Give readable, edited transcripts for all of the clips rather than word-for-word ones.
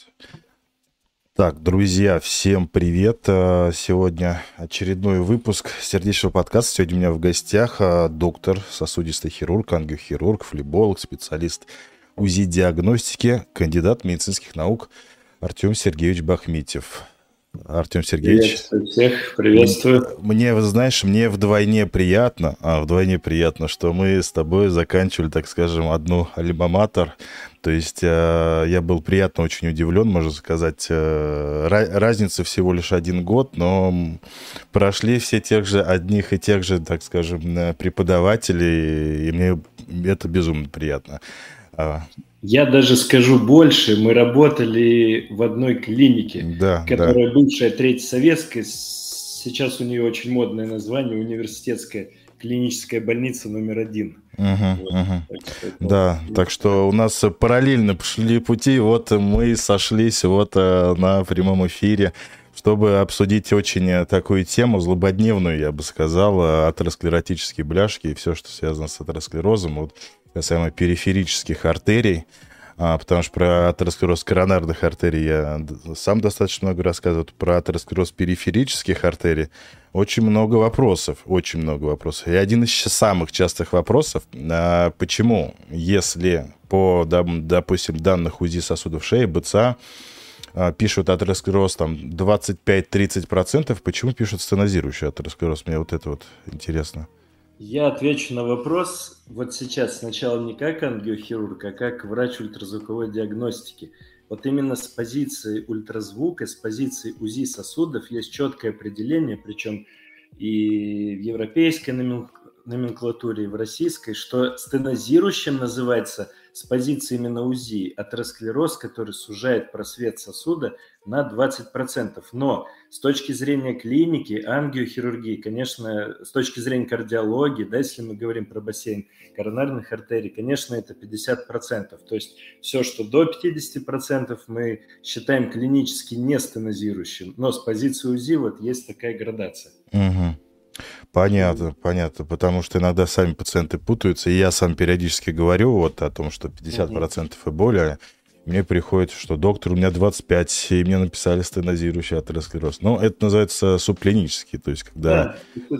Так, друзья, всем привет. Сегодня очередной выпуск сердечного подкаста. Сегодня у меня в гостях доктор, сосудистый хирург, ангиохирург, флеболог, специалист УЗИ-диагностики, кандидат медицинских наук Артем Сергеевич Бахмитьев. Артем Сергеевич. Приветствую всех, приветствую. Мне, знаешь, мне вдвойне приятно, что мы с тобой заканчивали, так скажем, одну альма-матер. То есть я был приятно очень удивлен, можно сказать. Разница всего лишь 1 год, но прошли все одних и тех же, так скажем, преподавателей, и мне это безумно приятно. Я даже скажу больше, мы работали в одной клинике, которая бывшая Третья Советская, сейчас у нее очень модное название, университетская клиническая больница номер 1. Так что у нас параллельно пошли пути, вот мы сошлись на прямом эфире, чтобы обсудить очень такую тему, злободневную, я бы сказал, атеросклеротические бляшки и все, что связано с атеросклерозом, касаемо периферических артерий, потому что про атеросклероз коронарных артерий я сам достаточно много рассказываю, про атеросклероз периферических артерий очень много вопросов. И один из самых частых вопросов, почему, если по, допустим, данных УЗИ сосудов шеи, БЦА, пишут атеросклероз 25-30%, почему пишут стенозирующий атеросклероз? Мне это интересно. Я отвечу на вопрос сейчас сначала не как ангиохирург, а как врач ультразвуковой диагностики. Именно с позиции ультразвука, с позиции УЗИ сосудов есть четкое определение, причем и в европейской номенклатуре, и в российской, что стенозирующим называется с позиции именно УЗИ атеросклероз, который сужает просвет сосуда на 20%. Но с точки зрения клиники, ангиохирургии, конечно, с точки зрения кардиологии, если мы говорим про бассейн коронарных артерий, конечно, это 50%. То есть все, что до 50%, мы считаем клинически не стенозирующим. Но с позиции УЗИ есть такая градация. Угу. Понятно, потому что иногда сами пациенты путаются, и я сам периодически говорю о том, что 50% и более, мне приходит, что доктор, у меня 25, и мне написали стенозирующий атеросклероз. Но это называется субклинический, то есть когда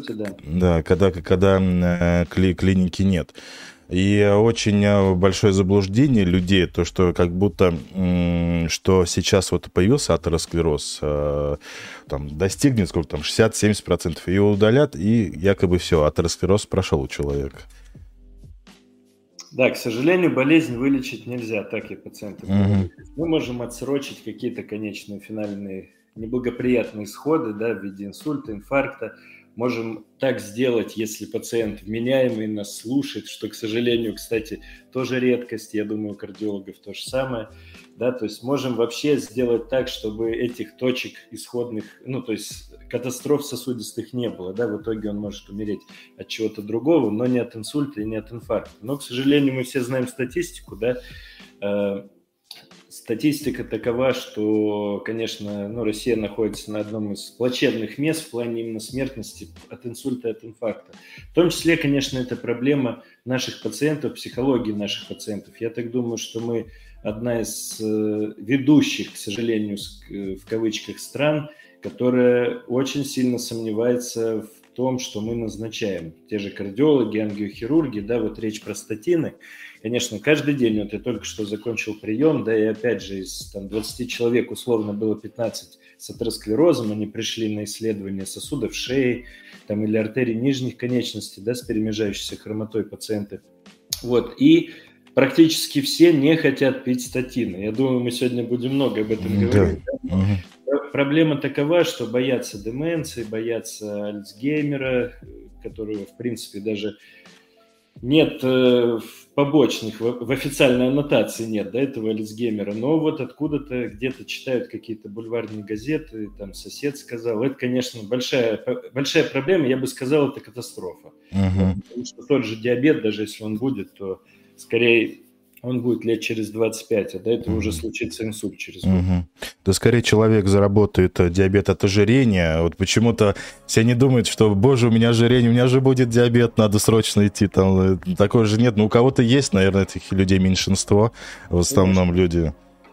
клиники нет. И очень большое заблуждение людей, то, что как будто, что сейчас появился атеросклероз, достигнет 60-70%, его удалят, и якобы все, атеросклероз прошел у человека. Да, к сожалению, болезнь вылечить нельзя, так и пациентов. Мы можем отсрочить какие-то конечные финальные неблагоприятные исходы, в виде инсульта, инфаркта. Можем так сделать, если пациент вменяемый, нас слушает, что, к сожалению, кстати, тоже редкость, я думаю, у кардиологов то же самое. То есть можем вообще сделать так, чтобы этих точек исходных, то есть катастроф сосудистых не было. В итоге он может умереть от чего-то другого, но не от инсульта и не от инфаркта. Но, к сожалению, мы все знаем статистику, Статистика такова, что, конечно, Россия находится на одном из плачевных мест в плане именно смертности от инсульта и от инфаркта. В том числе, конечно, это проблема наших пациентов, психологии наших пациентов. Я так думаю, что мы одна из ведущих, к сожалению, в кавычках, стран, которая очень сильно сомневается в том, что мы назначаем. Те же кардиологи, ангиохирурги, речь про статины. Конечно, каждый день, я только что закончил прием, и опять же из 20 человек условно было 15 с атеросклерозом, они пришли на исследование сосудов шеи или артерий нижних конечностей, с перемежающейся хромотой пациенты. И практически все не хотят пить статины. Я думаю, мы сегодня будем много об этом говорить. Проблема такова, что боятся деменции, боятся Альцгеймера, которого, в принципе, даже нет побочных, в официальной аннотации нет этого Альцгеймера, но откуда-то где-то читают какие-то бульварные газеты, сосед сказал. Это, конечно, большая проблема, я бы сказал, это катастрофа. Потому что тот же диабет, даже если он будет, то скорее он будет лет через 25, а до этого уже случится инсульт через год. Да скорее человек заработает диабет от ожирения. Почему-то все не думают, что, боже, у меня ожирение, у меня же будет диабет, надо срочно идти. Такого же нет. У кого-то есть, наверное, этих людей меньшинство, в основном люди.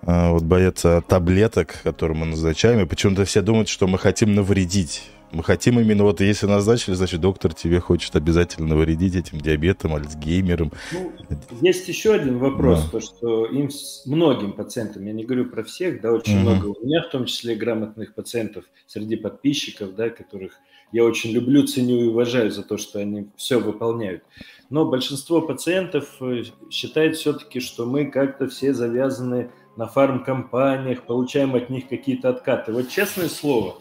вот боятся таблеток, которые мы назначаем, и почему-то все думают, что мы хотим навредить. Мы хотим именно, вот если назначили, значит, доктор тебе хочет обязательно навредить этим диабетом, альцгеймером. Ну, есть еще один вопрос, Да. то, что многим пациентам, я не говорю про всех, да, очень Мгм. много у меня, в том числе грамотных пациентов среди подписчиков, да, которых я очень люблю, ценю и уважаю за то, что они все выполняют. Но большинство пациентов считает все-таки, что мы как-то все завязаны на фармкомпаниях, получаем от них какие-то откаты. Вот честное слово,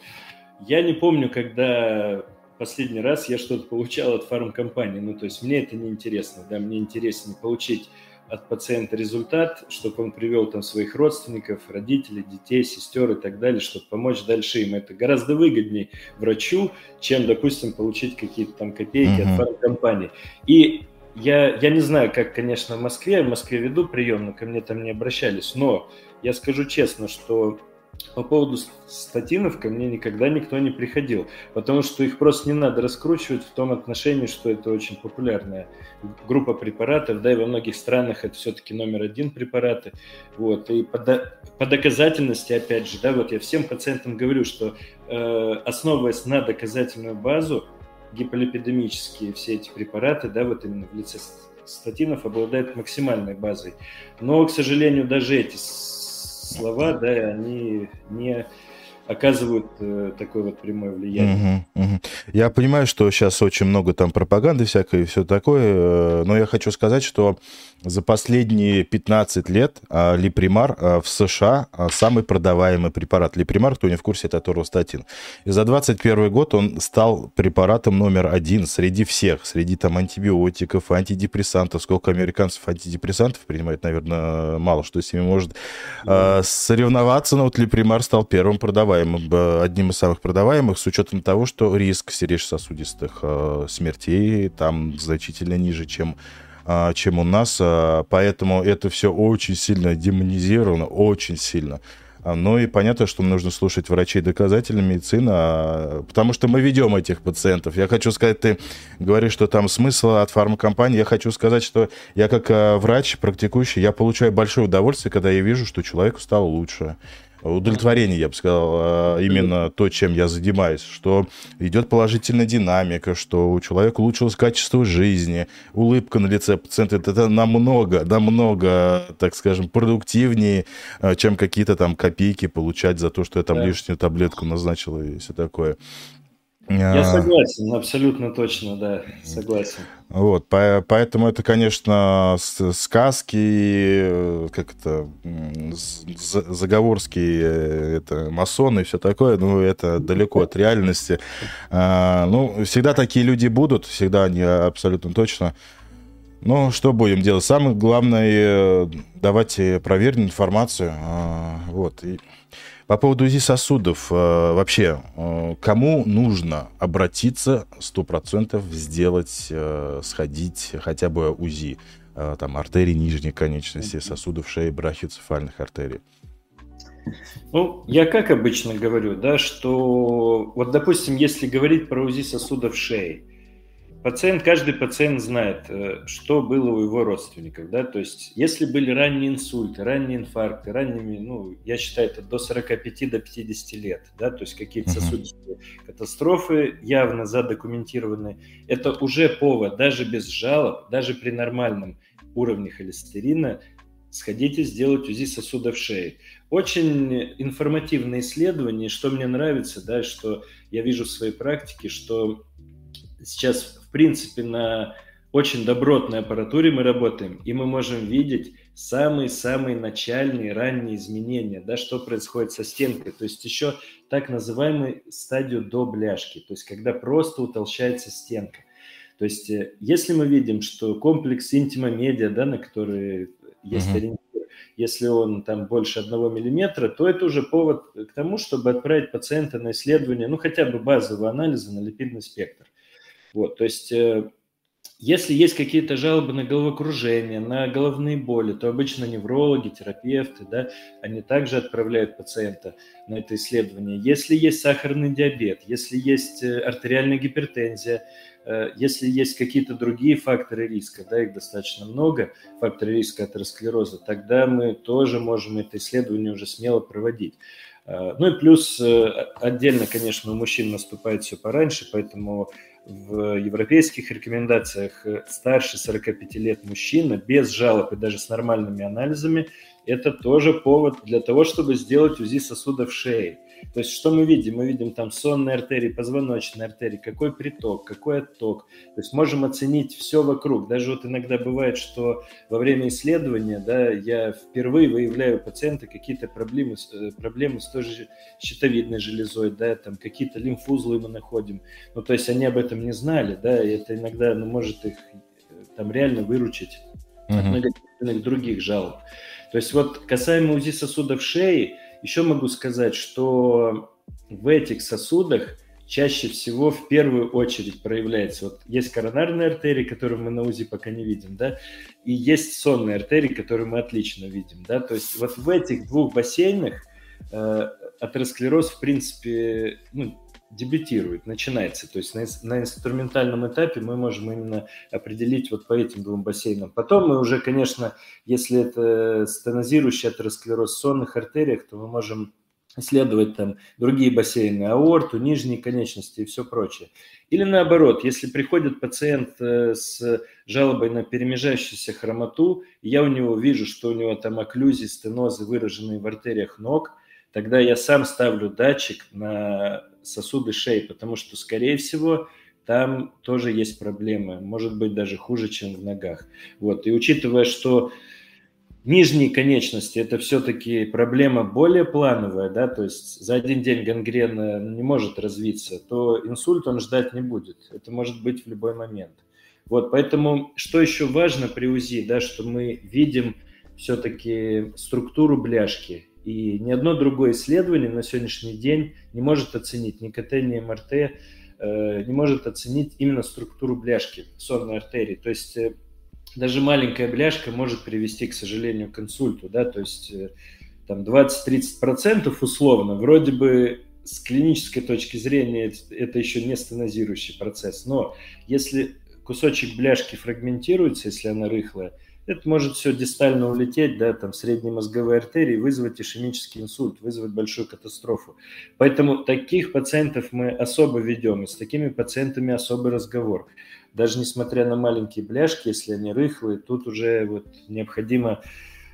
я не помню, когда последний раз я что-то получал от фармкомпании. Ну, то есть мне это не интересно. Да, мне интереснее получить от пациента результат, чтобы он привел там своих родственников, родителей, детей, сестер и так далее, чтобы помочь дальше им. Это гораздо выгоднее врачу, чем, допустим, получить какие-то там копейки от Мгм. фармкомпании. И я не знаю, как, конечно, в Москве веду прием, но ко мне там не обращались, но я скажу честно, что по поводу статинов ко мне никогда никто не приходил, потому что их просто не надо раскручивать в том отношении, что это очень популярная группа препаратов, да, и во многих странах это все-таки номер один препараты, вот, и по доказательности, опять же, да, вот я всем пациентам говорю, что основываясь на доказательную базу, гиполипидемические все эти препараты, да, вот именно в лице статинов обладают максимальной базой, но, к сожалению, даже эти слова, да, они не оказывают такое вот прямое влияние. Мгм, мгм. Я понимаю, что сейчас очень много там пропаганды всякой и все такое, но я хочу сказать, что за последние 15 лет Липримар в США самый продаваемый препарат. Липримар, кто не в курсе, это аторвастатин. И за 21 год он стал препаратом номер один среди всех, среди там антибиотиков, антидепрессантов. Сколько американцев антидепрессантов принимает, наверное, мало что с ними может Да. соревноваться, но вот Липримар стал первым продаваемым, одним из самых продаваемых, с учетом того, что риск сердечно-сосудистых смертей там значительно ниже, чем у нас, поэтому это все очень сильно демонизировано, очень сильно. Ну и понятно, что нужно слушать врачей доказательной медицины, потому что мы ведем этих пациентов. Я хочу сказать, ты говоришь, что там смысл от фармакомпании. Я хочу сказать, что я как врач практикующий, я получаю большое удовольствие, когда я вижу, что человеку стало лучше. Удовлетворение, я бы сказал, именно то, чем я занимаюсь, что идет положительная динамика, что у человека улучшилось качество жизни, улыбка на лице пациента. Это намного, так скажем, продуктивнее, чем какие-то там копейки получать за то, что я там Да. лишнюю таблетку назначил и все такое. Я А, согласен, абсолютно точно, да, согласен. Вот, поэтому это, конечно, сказки, как это, заговорские, это масоны и все такое, но это далеко от реальности. Ну, всегда такие люди будут, всегда они абсолютно точно. Но что будем делать? Самое главное, давать проверенную информацию. Вот. И по поводу УЗИ сосудов, вообще, кому нужно обратиться 100% сделать, сходить хотя бы УЗИ, там, артерий нижней конечности, сосудов шеи, брахиоцефальных артерий? Ну, я как обычно говорю, да, что вот, допустим, если говорить про УЗИ сосудов шеи, каждый пациент знает, что было у его родственников, да, то есть если были ранние инсульты, ранние инфаркты, ранними, ну, я считаю, это до 45 до 50 лет, да, то есть какие-то Мгм. сосудистые катастрофы явно задокументированы, это уже повод, даже без жалоб, даже при нормальном уровне холестерина, сходите сделать УЗИ сосудов шеи. Очень информативное исследование, что мне нравится, да, что я вижу в своей практике, что сейчас, в принципе, на очень добротной аппаратуре мы работаем, и мы можем видеть самые-самые начальные, ранние изменения, да, что происходит со стенкой, то есть еще так называемую стадию до бляшки, то есть когда просто утолщается стенка. То есть если мы видим, что комплекс интима-медиа, да, на который есть Мгм. ориентир, если он там больше 1 миллиметра, то это уже повод к тому, чтобы отправить пациента на исследование, ну, хотя бы базового анализа на липидный спектр. Вот, то есть, если есть какие-то жалобы на головокружение, на головные боли, то обычно неврологи, терапевты, да, они также отправляют пациента на это исследование. Если есть сахарный диабет, если есть артериальная гипертензия, Если есть какие-то другие факторы риска, да, их достаточно много, факторы риска атеросклероза, тогда мы тоже можем это исследование уже смело проводить. Ну и плюс отдельно, конечно, у мужчин наступает все пораньше, поэтому в европейских рекомендациях старше 45 лет мужчина без жалоб и даже с нормальными анализами – это тоже повод для того, чтобы сделать УЗИ сосудов шеи. То есть что мы видим? Мы видим там сонные артерии, позвоночные артерии, какой приток, какой отток. То есть можем оценить все вокруг. Даже вот иногда бывает, что во время исследования, да, я впервые выявляю у пациента какие-то проблемы с той же щитовидной железой, да, там какие-то лимфузлы мы находим. Ну, то есть они об этом не знали, да, и это иногда может их там реально выручить от многочисленных других жалоб. То есть вот касаемо УЗИ сосудов шеи, еще могу сказать, что в этих сосудах чаще всего в первую очередь проявляется. Вот есть коронарные артерии, которые мы на УЗИ пока не видим, да, и есть сонные артерии, которые мы отлично видим, да. То есть вот в этих двух бассейнах атеросклероз, в принципе, дебютирует, начинается. То есть на инструментальном этапе мы можем именно определить вот по этим двум бассейнам. Потом мы уже, конечно, если это стенозирующий атеросклероз в сонных артериях, то мы можем исследовать там другие бассейны, аорту, нижние конечности и все прочее. Или наоборот, если приходит пациент с жалобой на перемежающуюся хромоту, и я у него вижу, что у него там окклюзии, стенозы, выраженные в артериях ног, тогда я сам ставлю датчик на сосуды шеи, потому что, скорее всего, там тоже есть проблемы, может быть, даже хуже, чем в ногах. Вот. И учитывая, что нижние конечности – это все-таки проблема более плановая, да, то есть за один день гангрена не может развиться, то инсульт он ждать не будет. Это может быть в любой момент. Вот, поэтому что еще важно при УЗИ, да, что мы видим все-таки структуру бляшки. И ни одно другое исследование на сегодняшний день не может оценить, ни КТ, ни МРТ, не может оценить именно структуру бляшки сонной артерии. То есть даже маленькая бляшка может привести, к сожалению, к инсульту. Да? То есть там 20-30% условно, вроде бы с клинической точки зрения это еще не стенозирующий процесс. Но если кусочек бляшки фрагментируется, если она рыхлая, это может все дистально улететь, да, там, в средней мозговой артерии, вызвать ишемический инсульт, вызвать большую катастрофу. Поэтому таких пациентов мы особо ведем, и с такими пациентами особый разговор. Даже несмотря на маленькие бляшки, если они рыхлые, тут уже вот необходимо,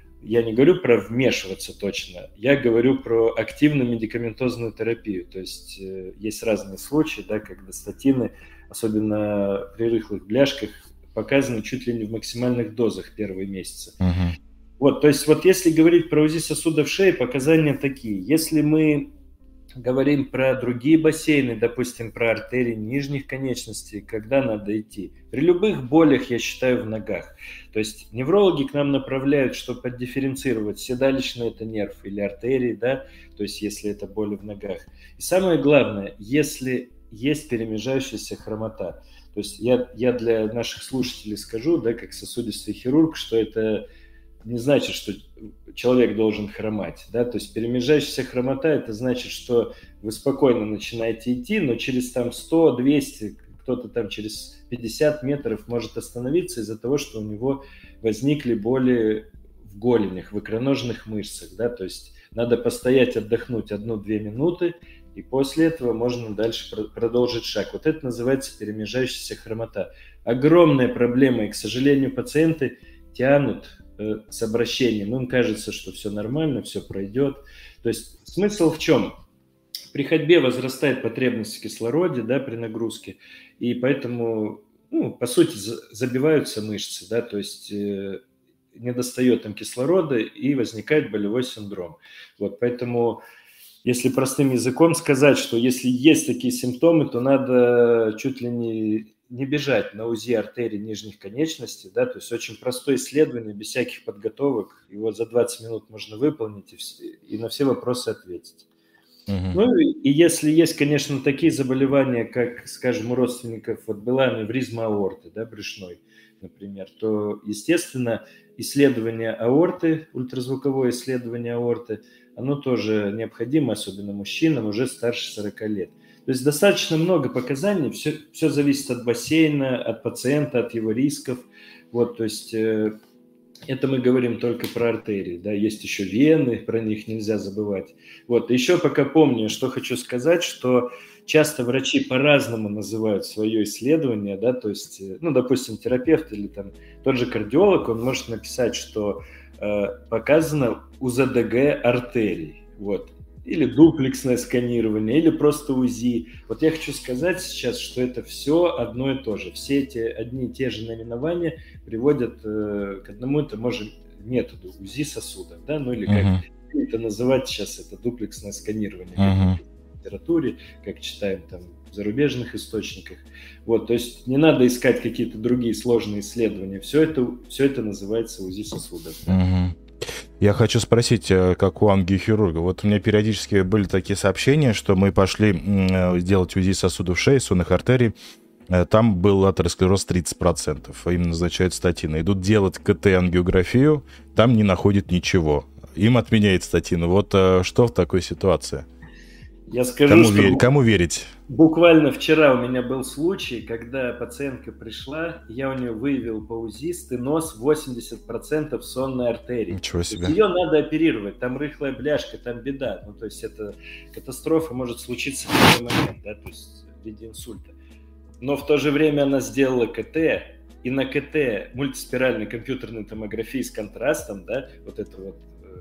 я не говорю про вмешиваться точно, я говорю про активную медикаментозную терапию. То есть есть разные случаи, да, когда статины, особенно при рыхлых бляшках, показаны чуть ли не в максимальных дозах первые месяцы. Вот, то есть вот если говорить про УЗИ сосудов шеи, показания такие. Если мы говорим про другие бассейны, допустим, про артерии нижних конечностей, когда надо идти? При любых болях, я считаю, в ногах. То есть неврологи к нам направляют, чтобы поддифференцировать, седалищный это нерв или артерии, да, то есть если это боли в ногах. И самое главное, если есть перемежающаяся хромота. То есть я для наших слушателей скажу, да, как сосудистый хирург, что это не значит, что человек должен хромать. Да? То есть перемежающаяся хромота – это значит, что вы спокойно начинаете идти, но через там 100, 200, кто-то там через 50 метров может остановиться из-за того, что у него возникли боли в голенях, в икроножных мышцах. Да? То есть надо постоять, отдохнуть 1-2 минуты, и после этого можно дальше продолжить шаг. Вот это называется перемежающаяся хромота. Огромная проблема, и, к сожалению, пациенты тянут с обращением. Им кажется, что все нормально, все пройдет. То есть смысл в чем? При ходьбе возрастает потребность в кислороде, да, при нагрузке, и поэтому, по сути, забиваются мышцы, да, то есть недостает им кислорода, и возникает болевой синдром. Вот, поэтому если простым языком сказать, что если есть такие симптомы, то надо чуть ли не бежать на УЗИ артерий нижних конечностей, да, то есть очень простое исследование, без всяких подготовок, его за 20 минут можно выполнить и на все вопросы ответить. Ну и если есть, конечно, такие заболевания, как, скажем, у родственников вот была аневризма аорты, да, брюшной, например, то, естественно, исследование аорты, ультразвуковое исследование аорты, оно тоже необходимо, особенно мужчинам уже старше 40 лет. То есть достаточно много показаний, все зависит от бассейна, от пациента, от его рисков. Вот, то есть это мы говорим только про артерии, да, есть еще вены, про них нельзя забывать. Вот, еще пока помню, что хочу сказать, что часто врачи по-разному называют свое исследование, да, то есть, ну, допустим, терапевт или там тот же кардиолог, он может написать, что показано УЗДГ артерий, вот, или дуплексное сканирование, или просто УЗИ. Вот я хочу сказать сейчас, что это все одно и то же. Все эти одни и те же наименования приводят к одному и тому же методу УЗИ сосудов, да, ну или как это называть сейчас, это дуплексное сканирование, как в литературе, как читаем там в зарубежных источниках. Вот, то есть не надо искать какие-то другие сложные исследования. Все это называется УЗИ сосудов. Да. Я хочу спросить, как у ангиохирурга. Вот у меня периодически были такие сообщения, что мы пошли делать УЗИ сосудов шеи, сонных артерий. Там был атеросклероз 30%. Им назначают статины. Идут делать КТ-ангиографию, там не находят ничего. Им отменяют статины. Вот что в такой ситуации? Я скажу, кому верить? Буквально вчера у меня был случай, когда пациентка пришла, я у нее выявил по УЗИ стеноз 80% сонной артерии. Ничего себе. Ее надо оперировать, там рыхлая бляшка, там беда. Ну, то есть это катастрофа может случиться в любой момент, да, то есть в виде инсульта. Но в то же время она сделала КТ, и на КТ мультиспиральной компьютерной томографии с контрастом, да, вот это вот,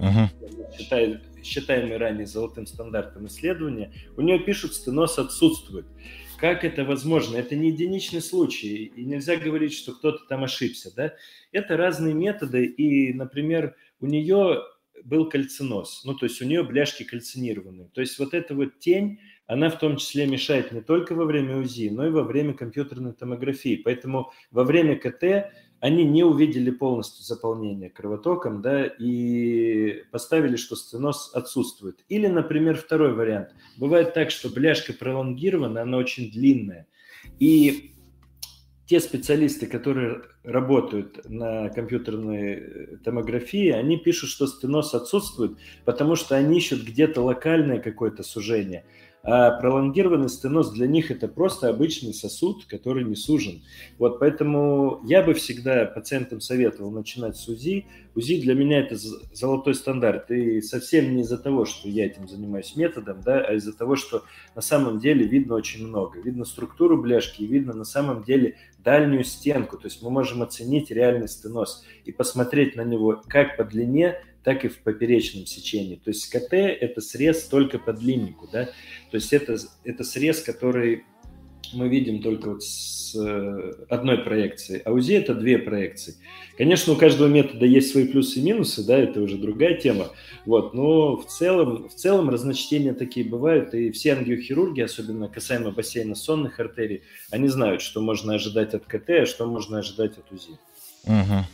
считаемый ранее золотым стандартом исследования, у нее пишут, стеноз отсутствует. Как это возможно? Это не единичный случай, и нельзя говорить, что кто-то там ошибся, да? Это разные методы, и, например, у нее был кальциноз, ну, то есть у нее бляшки кальцинированные. То есть вот эта вот тень, она в том числе мешает не только во время УЗИ, но и во время компьютерной томографии. Поэтому во время КТ они не увидели полностью заполнение кровотоком, да, и поставили, что стеноз отсутствует. Или, например, второй вариант. Бывает так, что бляшка пролонгирована, она очень длинная. И те специалисты, которые работают на компьютерной томографии, они пишут, что стеноз отсутствует, потому что они ищут где-то локальное какое-то сужение. А пролонгированный стеноз для них это просто обычный сосуд, который не сужен. Вот поэтому я бы всегда пациентам советовал начинать с УЗИ. УЗИ для меня это золотой стандарт. И совсем не из-за того, что я этим занимаюсь методом, да, а из-за того, что на самом деле видно очень много. Видно структуру бляшки и видно на самом деле дальнюю стенку. То есть мы можем оценить реальный стеноз и посмотреть на него как по длине, так и в поперечном сечении. То есть КТ – это срез только по длиннику, да? То есть это срез, который мы видим только вот с одной проекцией, а УЗИ – это две проекции. Конечно, у каждого метода есть свои плюсы и минусы, да, это уже другая тема, вот, но в целом разночтения такие бывают, и все ангиохирурги, особенно касаемо бассейна сонных артерий, они знают, что можно ожидать от КТ, а что можно ожидать от УЗИ. Угу.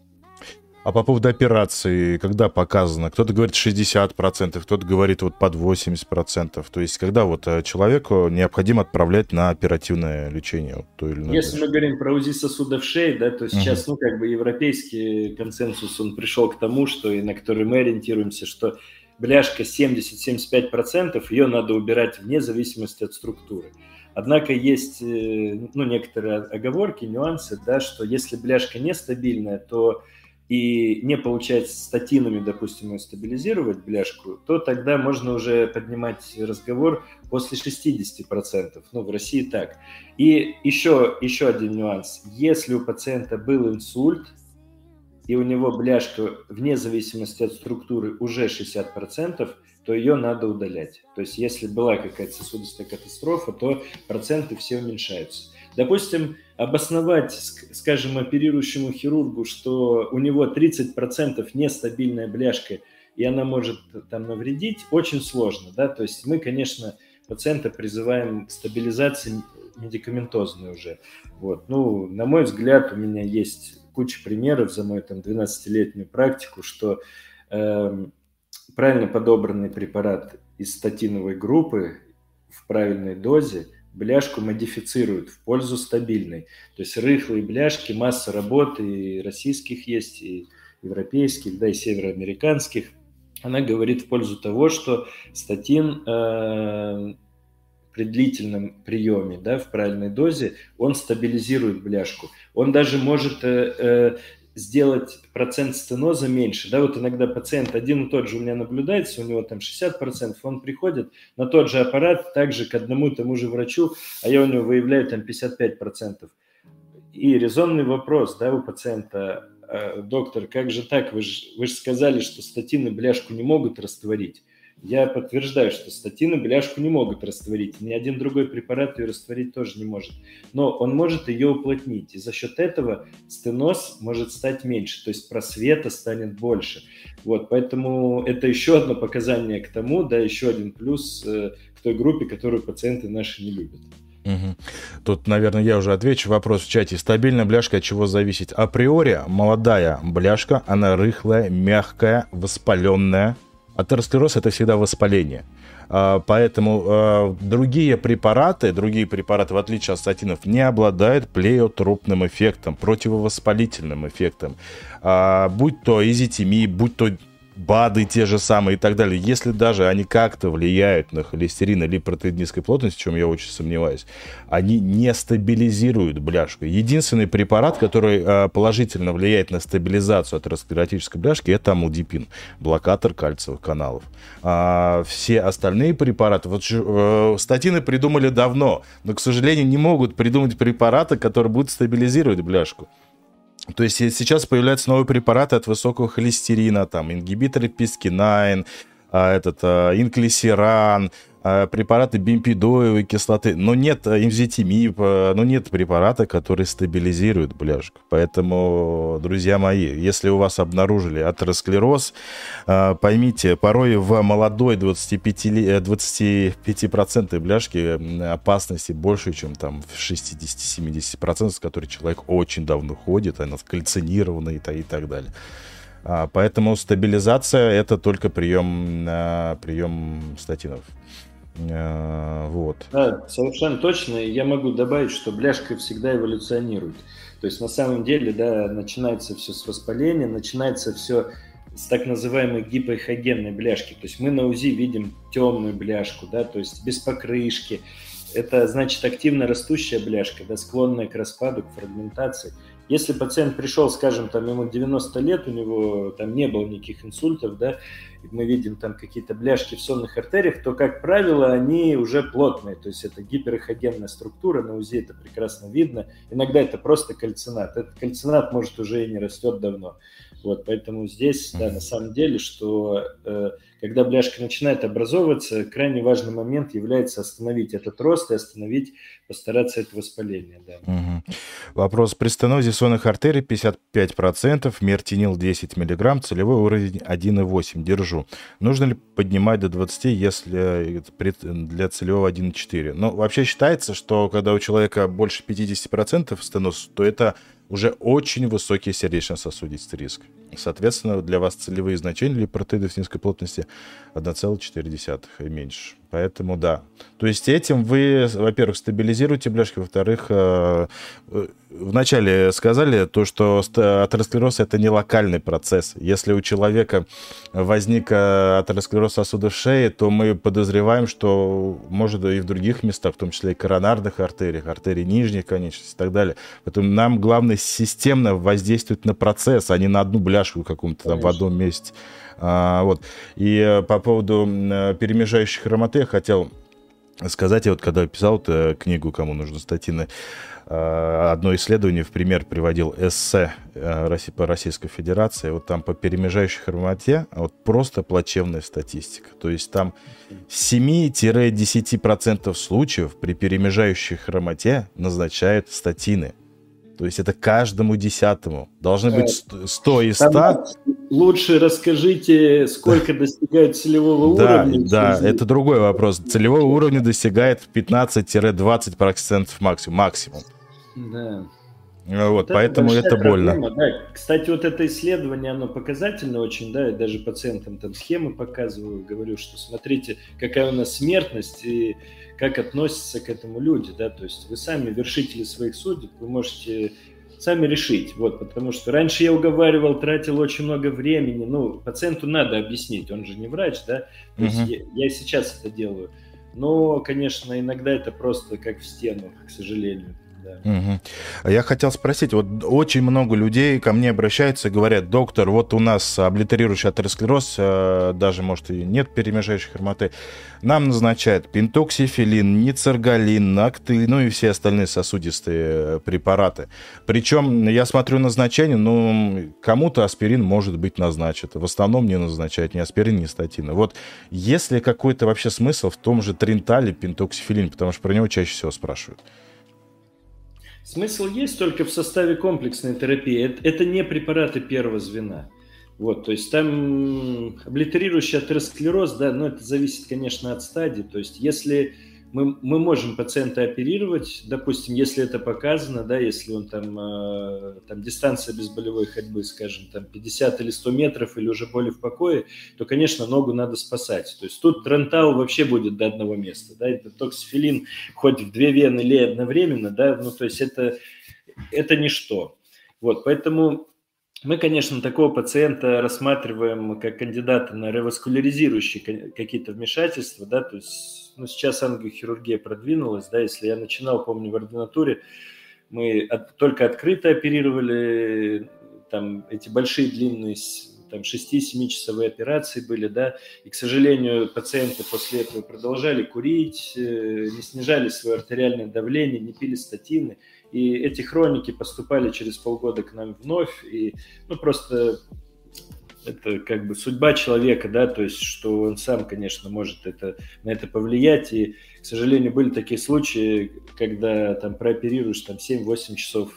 А по поводу операции, когда показано? Кто-то говорит 60%, кто-то говорит вот под 80%. То есть когда вот человеку необходимо отправлять на оперативное лечение? То или Если мы говорим про УЗИ сосудов шеи, да, то сейчас, ну, как бы европейский консенсус, он пришел к тому, что и на который мы ориентируемся, что бляшка 70-75%, ее надо убирать вне зависимости от структуры. Однако есть, ну, некоторые оговорки, нюансы, да, что если бляшка нестабильная, то и не получается статинами, допустим, ее стабилизировать, бляшку, то тогда можно уже поднимать разговор после 60%. Ну, в России так. И еще один нюанс. Если у пациента был инсульт, и у него бляшка вне зависимости от структуры уже 60%, то ее надо удалять. То есть если была какая-то сосудистая катастрофа, то проценты все уменьшаются. Допустим, обосновать, скажем, оперирующему хирургу, что у него 30% нестабильная бляшка, и она может там навредить, очень сложно. Да? То есть мы, конечно, пациента призываем к стабилизации медикаментозной уже. Вот. Ну, на мой взгляд, у меня есть куча примеров за мою там 12-летнюю практику, что правильно подобранный препарат из статиновой группы в правильной дозе бляшку модифицируют в пользу стабильной. То есть рыхлые бляшки, масса работы и российских есть, и европейских, да, и североамериканских. Она говорит в пользу того, что статин при длительном приеме, да, в правильной дозе, он стабилизирует бляшку. Он даже может сделать процент стеноза меньше. Да, вот иногда пациент один и тот же у меня наблюдается, у него там 60%, он приходит на тот же аппарат, также к одному и тому же врачу, а я у него выявляю там 55%. И резонный вопрос, да, у пациента: доктор, как же так? Вы же сказали, что статины бляшку не могут растворить. Я подтверждаю, что статины бляшку не могут растворить. Ни один другой препарат ее растворить тоже не может. Но он может ее уплотнить. И за счет этого стеноз может стать меньше. То есть просвета станет больше. Вот, поэтому это еще одно показание к тому, да, еще один плюс к той группе, которую пациенты наши не любят. Угу. Тут, наверное, я уже отвечу. Вопрос в чате. Стабильная бляшка от чего зависит? Априори молодая бляшка, она рыхлая, мягкая, воспаленная. Атеросклероз – это всегда воспаление. Поэтому другие препараты, в отличие от статинов, не обладают плеотропным эффектом, противовоспалительным эффектом. Будь то изотимии, будь то БАДы те же самые и так далее. Если даже они как-то влияют на холестерин или протеин низкой плотности, в чем я очень сомневаюсь, они не стабилизируют бляшку. Единственный препарат, который положительно влияет на стабилизацию атеросклеротической бляшки, это амлодипин, блокатор кальциевых каналов. Все остальные препараты, статины придумали давно, но, к сожалению, не могут придумать препараты, которые будут стабилизировать бляшку. То есть сейчас появляются новые препараты от высокого холестерина, там, ингибиторы PCSK9, инклисиран, препараты бемпидоевой кислоты, но нет эмзитимии, но нет препарата, который стабилизирует бляшку. Поэтому, друзья мои, если у вас обнаружили атеросклероз, поймите, порой в молодой 25% бляшки опасности больше, чем там в 60-70%, с которой человек очень давно ходит, она скальцинирована и так далее. Поэтому стабилизация – это только прием статинов. Вот. Да, совершенно точно. Я могу добавить, что бляшка всегда эволюционирует. То есть на самом деле, да, начинается все с воспаления, начинается все с так называемой гипоэхогенной бляшки. То есть мы на УЗИ видим темную бляшку, да, то есть без покрышки. Это значит активно растущая бляшка, да, склонная к распаду, к фрагментации. Если пациент пришел, скажем, там ему 90 лет, у него там не было никаких инсультов, да, и мы видим там какие-то бляшки в сонных артериях, то, как правило, они уже плотные, то есть это гиперэхогенная структура, на УЗИ это прекрасно видно. Иногда это просто кальцинат. Этот кальцинат, может, уже и не растет давно. Вот, поэтому здесь, да, на самом деле, что когда бляшка начинает образовываться, крайне важный момент является остановить этот рост и постараться это воспаление. Да. Угу. Вопрос. При стенозе сонных артерий 55%, мертинил 10 мг, целевой уровень 1,8. Держу. Нужно ли поднимать до 20, если для целевого 1,4? Ну, вообще считается, что когда у человека больше 50% стеноз, то это уже очень высокий сердечно-сосудистый риск. Соответственно, для вас целевые значения для протеидов низкой плотности 1,4 и меньше. Поэтому да. То есть этим вы, во-первых, стабилизируете бляшки, во-вторых, вначале сказали то, что атеросклероз – это не локальный процесс. Если у человека возник атеросклероз сосудов шеи, то мы подозреваем, что может и в других местах, в том числе и коронарных артериях, артерий нижних конечностей и так далее. Поэтому нам главное системно воздействовать на процесс, а не на одну бляшку каком-то там в одном месте. Вот. И по поводу перемежающих хромоты я хотел сказать, я вот когда писал книгу «Кому нужны статины», одно исследование в пример приводил эссе по Российской Федерации, вот там по перемежающей хромоте вот просто плачевная статистика. То есть там 7-10% случаев при перемежающей хромоте назначают статины. То есть это каждому 10-му. Должны быть 100 из 100. Лучше расскажите, сколько достигает целевого уровня. Да, это другой вопрос. Целевого уровня достигает 15-20% максимум. Да. Вот поэтому это больно. Да. Кстати, вот это исследование, оно показательно очень, да, я даже пациентам там схемы показываю, говорю, что смотрите, какая у нас смертность и как относятся к этому люди, да, то есть вы сами вершители своих судеб, вы можете сами решить, вот, потому что раньше я уговаривал, тратил очень много времени, ну, пациенту надо объяснить, он же не врач, да, то есть я сейчас это делаю. Но, конечно, иногда это просто как в стену, к сожалению. Да. Угу. Я хотел спросить, вот очень много людей ко мне обращаются и говорят: доктор, вот у нас облитерирующий атеросклероз, даже, может, и нет перемежающей хромоты, нам назначают пентоксифилин, ницергалин, нактыль, ну и все остальные сосудистые препараты. Причем я смотрю назначение, ну, кому-то аспирин может быть назначен, в основном не назначают ни аспирин, ни статины. Вот есть ли какой-то вообще смысл в том же тринтале пентоксифилин, потому что про него чаще всего спрашивают? Смысл есть только в составе комплексной терапии. Это не препараты первого звена. Вот, то есть там облитерирующий атеросклероз, да, но это зависит, конечно, от стадии. То есть если мы можем пациента оперировать, допустим, если это показано, да, если он там дистанция безболевой ходьбы, скажем, там 50 или 100 метров или уже боли в покое, то, конечно, ногу надо спасать. То есть тут трентал вообще будет до одного места, да, это токсифилин хоть в 2 вены или одновременно, да, ну, то есть это ничто. Вот, поэтому мы, конечно, такого пациента рассматриваем как кандидата на реваскуляризирующие какие-то вмешательства, да, то есть, ну, сейчас ангиохирургия продвинулась, да, если я начинал, помню, в ординатуре, мы только открыто оперировали, там, эти большие длинные, там, 6-7-часовые операции были, да, и, к сожалению, пациенты после этого продолжали курить, не снижали свое артериальное давление, не пили статины, и эти хроники поступали через полгода к нам вновь, и, ну, просто это как бы судьба человека, да, то есть, что он сам, конечно, может на это повлиять, и, к сожалению, были такие случаи, когда там прооперируешь там 7-8 часов,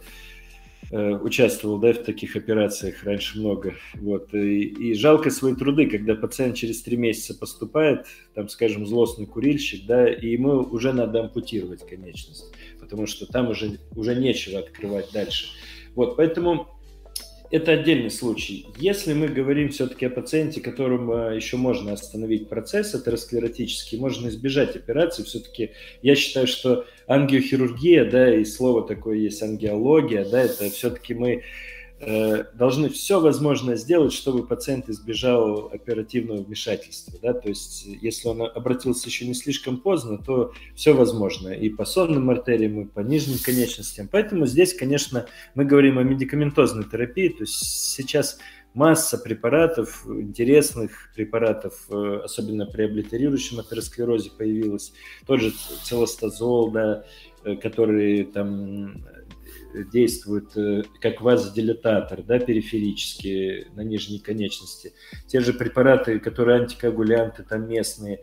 участвовал, да, в таких операциях раньше много, вот, и жалко свои труды, когда пациент через 3 месяца поступает, там, скажем, злостный курильщик, да, и ему уже надо ампутировать конечность, потому что там уже нечего открывать дальше, вот, поэтому это отдельный случай. Если мы говорим все-таки о пациенте, которым еще можно остановить процесс атеросклеротический, можно избежать операции, все-таки я считаю, что ангиохирургия, да, и слово такое есть ангиология, да, это все-таки мы должны все возможное сделать, чтобы пациент избежал оперативного вмешательства, да, то есть если он обратился еще не слишком поздно, то все возможно и по сонным артериям, и по нижним конечностям, поэтому здесь, конечно, мы говорим о медикаментозной терапии, то есть сейчас масса препаратов, интересных препаратов, особенно при облитерирующем атеросклерозе появилась, тот же целостазол, да, который там действует как вазодилататор, да, периферически на нижней конечности. Те же препараты, которые антикоагулянты там местные,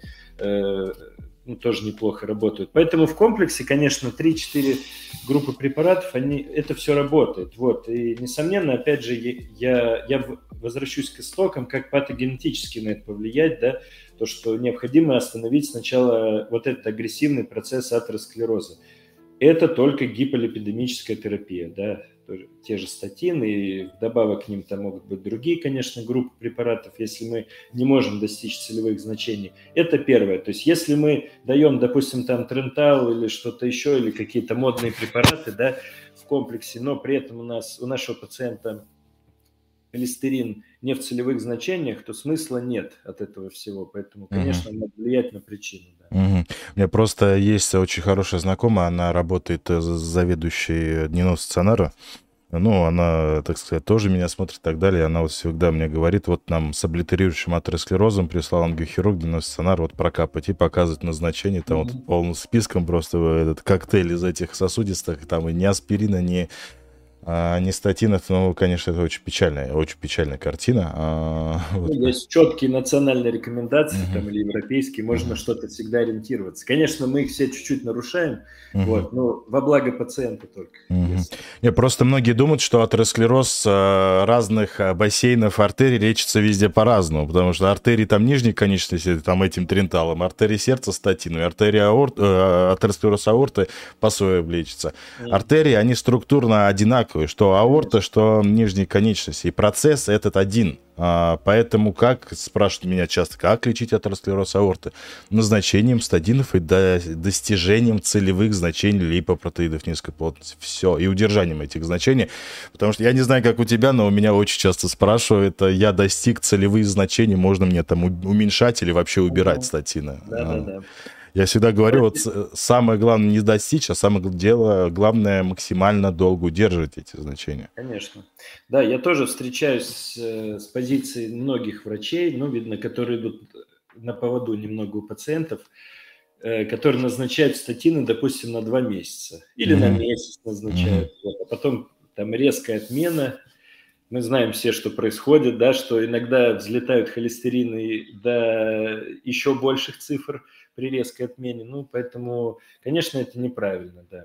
ну, тоже неплохо работают. Поэтому в комплексе, конечно, 3-4 группы препаратов, это все работает. Вот. И, несомненно, опять же, я возвращусь к истокам, как патогенетически на это повлиять, да, то, что необходимо остановить сначала вот этот агрессивный процесс атеросклероза. Это только гиполипидемическая терапия, да, те же статины, и вдобавок к ним там могут быть другие, конечно, группы препаратов, если мы не можем достичь целевых значений. Это первое. То есть если мы даем, допустим, там трентал или что-то еще, или какие-то модные препараты, да, в комплексе, но при этом у нашего пациента холестерин не в целевых значениях, то смысла нет от этого всего. Поэтому, конечно, надо влиять на причину. Да. Угу. У меня просто есть очень хорошая знакомая, она работает заведующей дневного стационара. Ну, она, так сказать, тоже меня смотрит и так далее. Она вот всегда мне говорит, вот нам с облитерирующим атеросклерозом прислал ангиохирург, дневной стационар, вот прокапать и показывать назначение. Там вот полным списком просто этот коктейль из этих сосудистых, там и ни аспирина, ни статинов, ну, конечно, это очень печальная картина. Вот. Есть четкие национальные рекомендации, там, или европейские, можно что-то всегда ориентироваться. Конечно, мы их все чуть-чуть нарушаем, вот, но во благо пациента только. Нет, просто многие думают, что атеросклероз разных бассейнов артерий лечится везде по-разному, потому что артерии там нижней конечности, там этим тренталом, артерии сердца статиной, атеросклероз аорты по соевым лечится. Артерии, они структурно одинаковые, что аорта, что нижние конечности. И процесс этот один. Поэтому спрашивают меня часто, как лечить атеросклероз аорты? Назначением статинов и достижением целевых значений липопротеидов низкой плотности. Все. И удержанием этих значений. Потому что я не знаю, как у тебя, но у меня очень часто спрашивают, я достиг целевых значений, можно мне там уменьшать или вообще убирать статины? Да. Я всегда говорю, вот самое главное не достичь, а самое главное максимально долго удерживать эти значения. Конечно. Да, я тоже встречаюсь с позиции многих врачей, ну, видно, которые идут на поводу немного у пациентов, которые назначают статины, допустим, на 2 месяца или на месяц назначают, а потом там резкая отмена. Мы знаем все, что происходит, да, что иногда взлетают холестерины до еще больших цифр при резкой отмене. Ну, поэтому, конечно, это неправильно, да.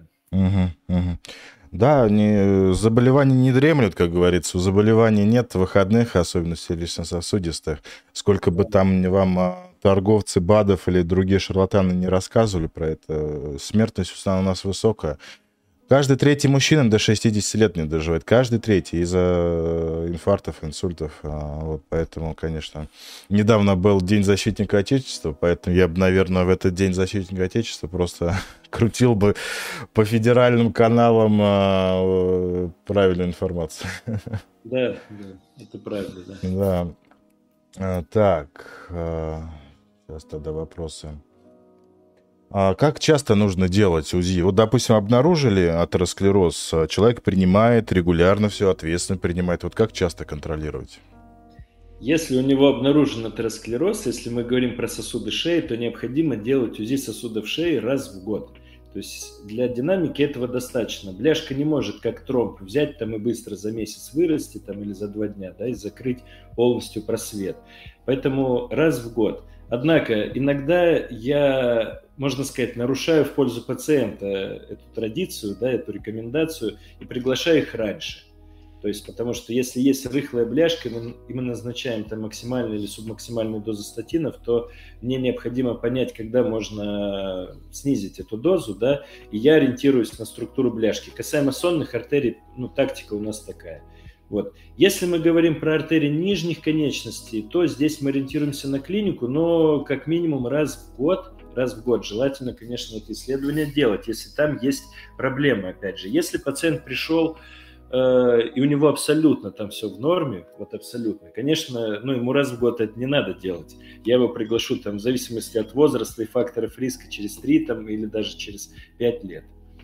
Да, заболевания не дремлют, как говорится. У заболеваний нет выходных, особенно сердечно-сосудистых. Сколько бы там вам торговцы БАДов или другие шарлатаны не рассказывали про это, смертность у нас высокая. Каждый третий мужчина до 60 лет не доживает. Каждый третий из-за инфарктов, инсультов. Вот поэтому, конечно, недавно был День защитника Отечества, поэтому я бы, наверное, в этот День защитника Отечества просто крутил бы по федеральным каналам правильную информацию. Да, это правда, да. Да. Так, сейчас тогда вопросы. Как часто нужно делать УЗИ? Вот, допустим, обнаружили атеросклероз, человек принимает регулярно все, ответственно принимает. Вот как часто контролировать? Если у него обнаружен атеросклероз, если мы говорим про сосуды шеи, то необходимо делать УЗИ сосудов шеи раз в год. То есть для динамики этого достаточно. Бляшка не может, как тромб, взять там и быстро за месяц вырасти там, или за 2 дня, да, и закрыть полностью просвет. Поэтому раз в год. Однако иногда я, можно сказать, нарушаю в пользу пациента эту традицию, да, эту рекомендацию и приглашаю их раньше. То есть, потому что если есть рыхлая бляшка, и мы назначаем там максимальную или субмаксимальную дозу статинов, то мне необходимо понять, когда можно снизить эту дозу, да, и я ориентируюсь на структуру бляшки. Касаемо сонных артерий, ну, тактика у нас такая. Вот. Если мы говорим про артерии нижних конечностей, то здесь мы ориентируемся на клинику, но как минимум раз в год, желательно, конечно, это исследование делать, если там есть проблемы, опять же. Если пациент пришел, и у него абсолютно там все в норме, вот абсолютно, конечно, ну, ему раз в год это не надо делать. Я его приглашу там в зависимости от возраста и факторов риска через 3 там, или даже через 5 лет.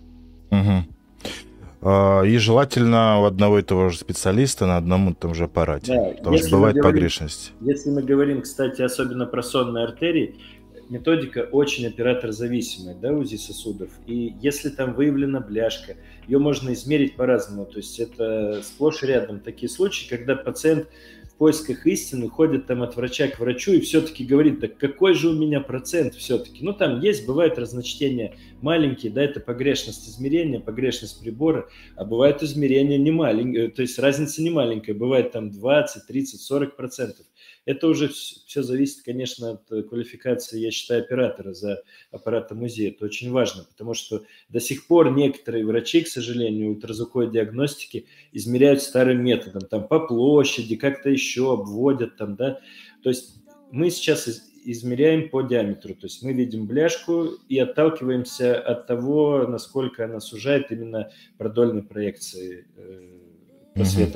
И желательно у одного и того же специалиста на одном и том же аппарате. Да, потому что бывает погрешность. Если мы говорим, кстати, особенно про сонные артерии, методика очень оператор-зависимая, да, УЗИ сосудов. И если там выявлена бляшка, ее можно измерить по-разному. То есть это сплошь и рядом такие случаи, когда пациент в поисках истины ходит там от врача к врачу и все-таки говорит, так какой же у меня процент все-таки? Ну, там есть, бывают разночтения маленькие, да, это погрешность измерения, погрешность прибора, а бывают измерения не маленькие, то есть разница не маленькая, бывает там 20, 30, 40%. Это уже все зависит, конечно, от квалификации, я считаю, оператора за аппаратом УЗИ. Это очень важно, потому что до сих пор некоторые врачи, к сожалению, ультразвуковой диагностики измеряют старым методом, там по площади, как-то еще обводят там, да. То есть мы сейчас измеряем по диаметру, то есть мы видим бляшку и отталкиваемся от того, насколько она сужает именно продольной проекции просвета.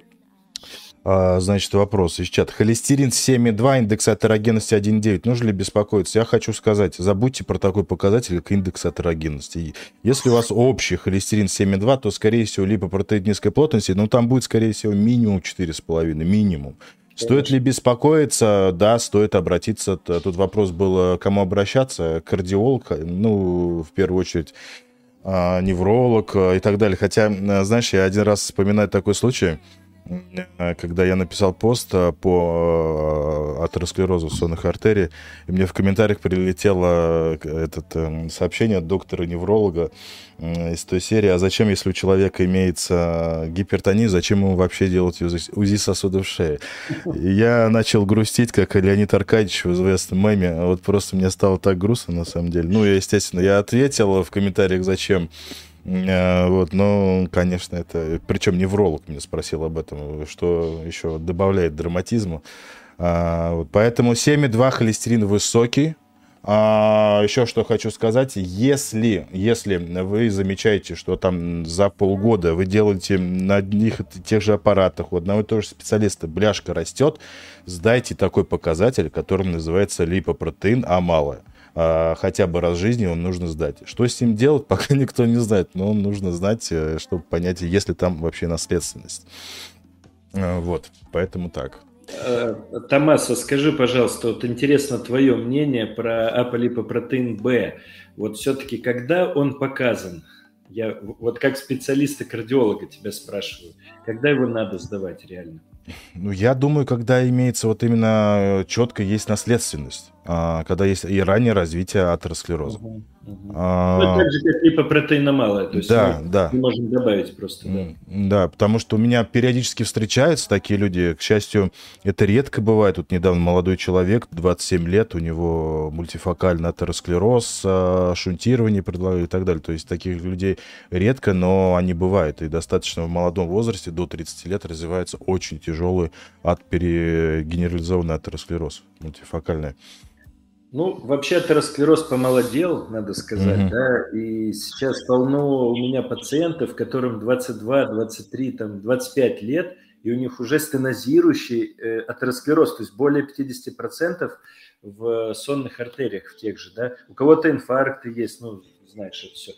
Значит, вопрос из чата. Холестерин 7,2, индекс атерогенности 1,9. Нужно ли беспокоиться? Я хочу сказать, забудьте про такой показатель, как индекс атерогенности. Если у вас общий холестерин 7,2, то, скорее всего, липопротеид низкой плотности, но там будет, скорее всего, минимум 4,5, минимум. Стоит ли беспокоиться? Да, стоит обратиться. Тут вопрос был, кому обращаться. Кардиолог, ну, в первую очередь, невролог и так далее. Хотя, знаешь, я один раз вспоминаю такой случай, когда я написал пост по атеросклерозу сонных артерий, и мне в комментариях прилетело сообщение от доктора-невролога из той серии, а зачем, если у человека имеется гипертония, зачем ему вообще делать УЗИ сосудов шеи? И я начал грустить, как Леонид Аркадьевич в известном меме. Вот просто мне стало так грустно, на самом деле. Ну, естественно, я ответил в комментариях, зачем. Вот, но, конечно, это... Причем невролог меня спросил об этом, что еще добавляет драматизму. Вот, поэтому 7,2 холестерин высокий. Еще что хочу сказать. Если вы замечаете, что там за полгода вы делаете на одних и тех же аппаратах у одного и того же специалиста бляшка растет, сдайте такой показатель, который называется липопротеин А малое. хотя бы раз в жизни он нужно сдать. Что с ним делать, пока никто не знает, но нужно знать, чтобы понять, есть ли там вообще наследственность. Вот, поэтому так. Томас, скажи, пожалуйста, вот интересно твое мнение про аполипопротеин Б. Вот все-таки, когда он показан, я вот как специалиста-кардиолога тебя спрашиваю, когда его надо сдавать реально? Ну, я думаю, когда имеется вот именно четко есть наследственность, когда есть и раннее развитие атеросклероза. Ну, так же, как липопротеина малая, то есть Да, мы да. не можем добавить просто, да. Да, потому что у меня периодически встречаются такие люди. К счастью, это редко бывает. Тут недавно молодой человек, 27 лет, у него мультифокальный атеросклероз, шунтирование предлагают и так далее. То есть таких людей редко, но они бывают. И достаточно в молодом возрасте, до 30 лет, развивается очень тяжелый генерализованный атеросклероз мультифокальный. Ну, вообще атеросклероз помолодел, надо сказать, да, и сейчас полно у меня пациентов, которым 22, 23, там, 25 лет, и у них уже стенозирующий атеросклероз, то есть более 50% в сонных артериях в тех же, да. У кого-то инфаркты есть, ну, знаешь, это все.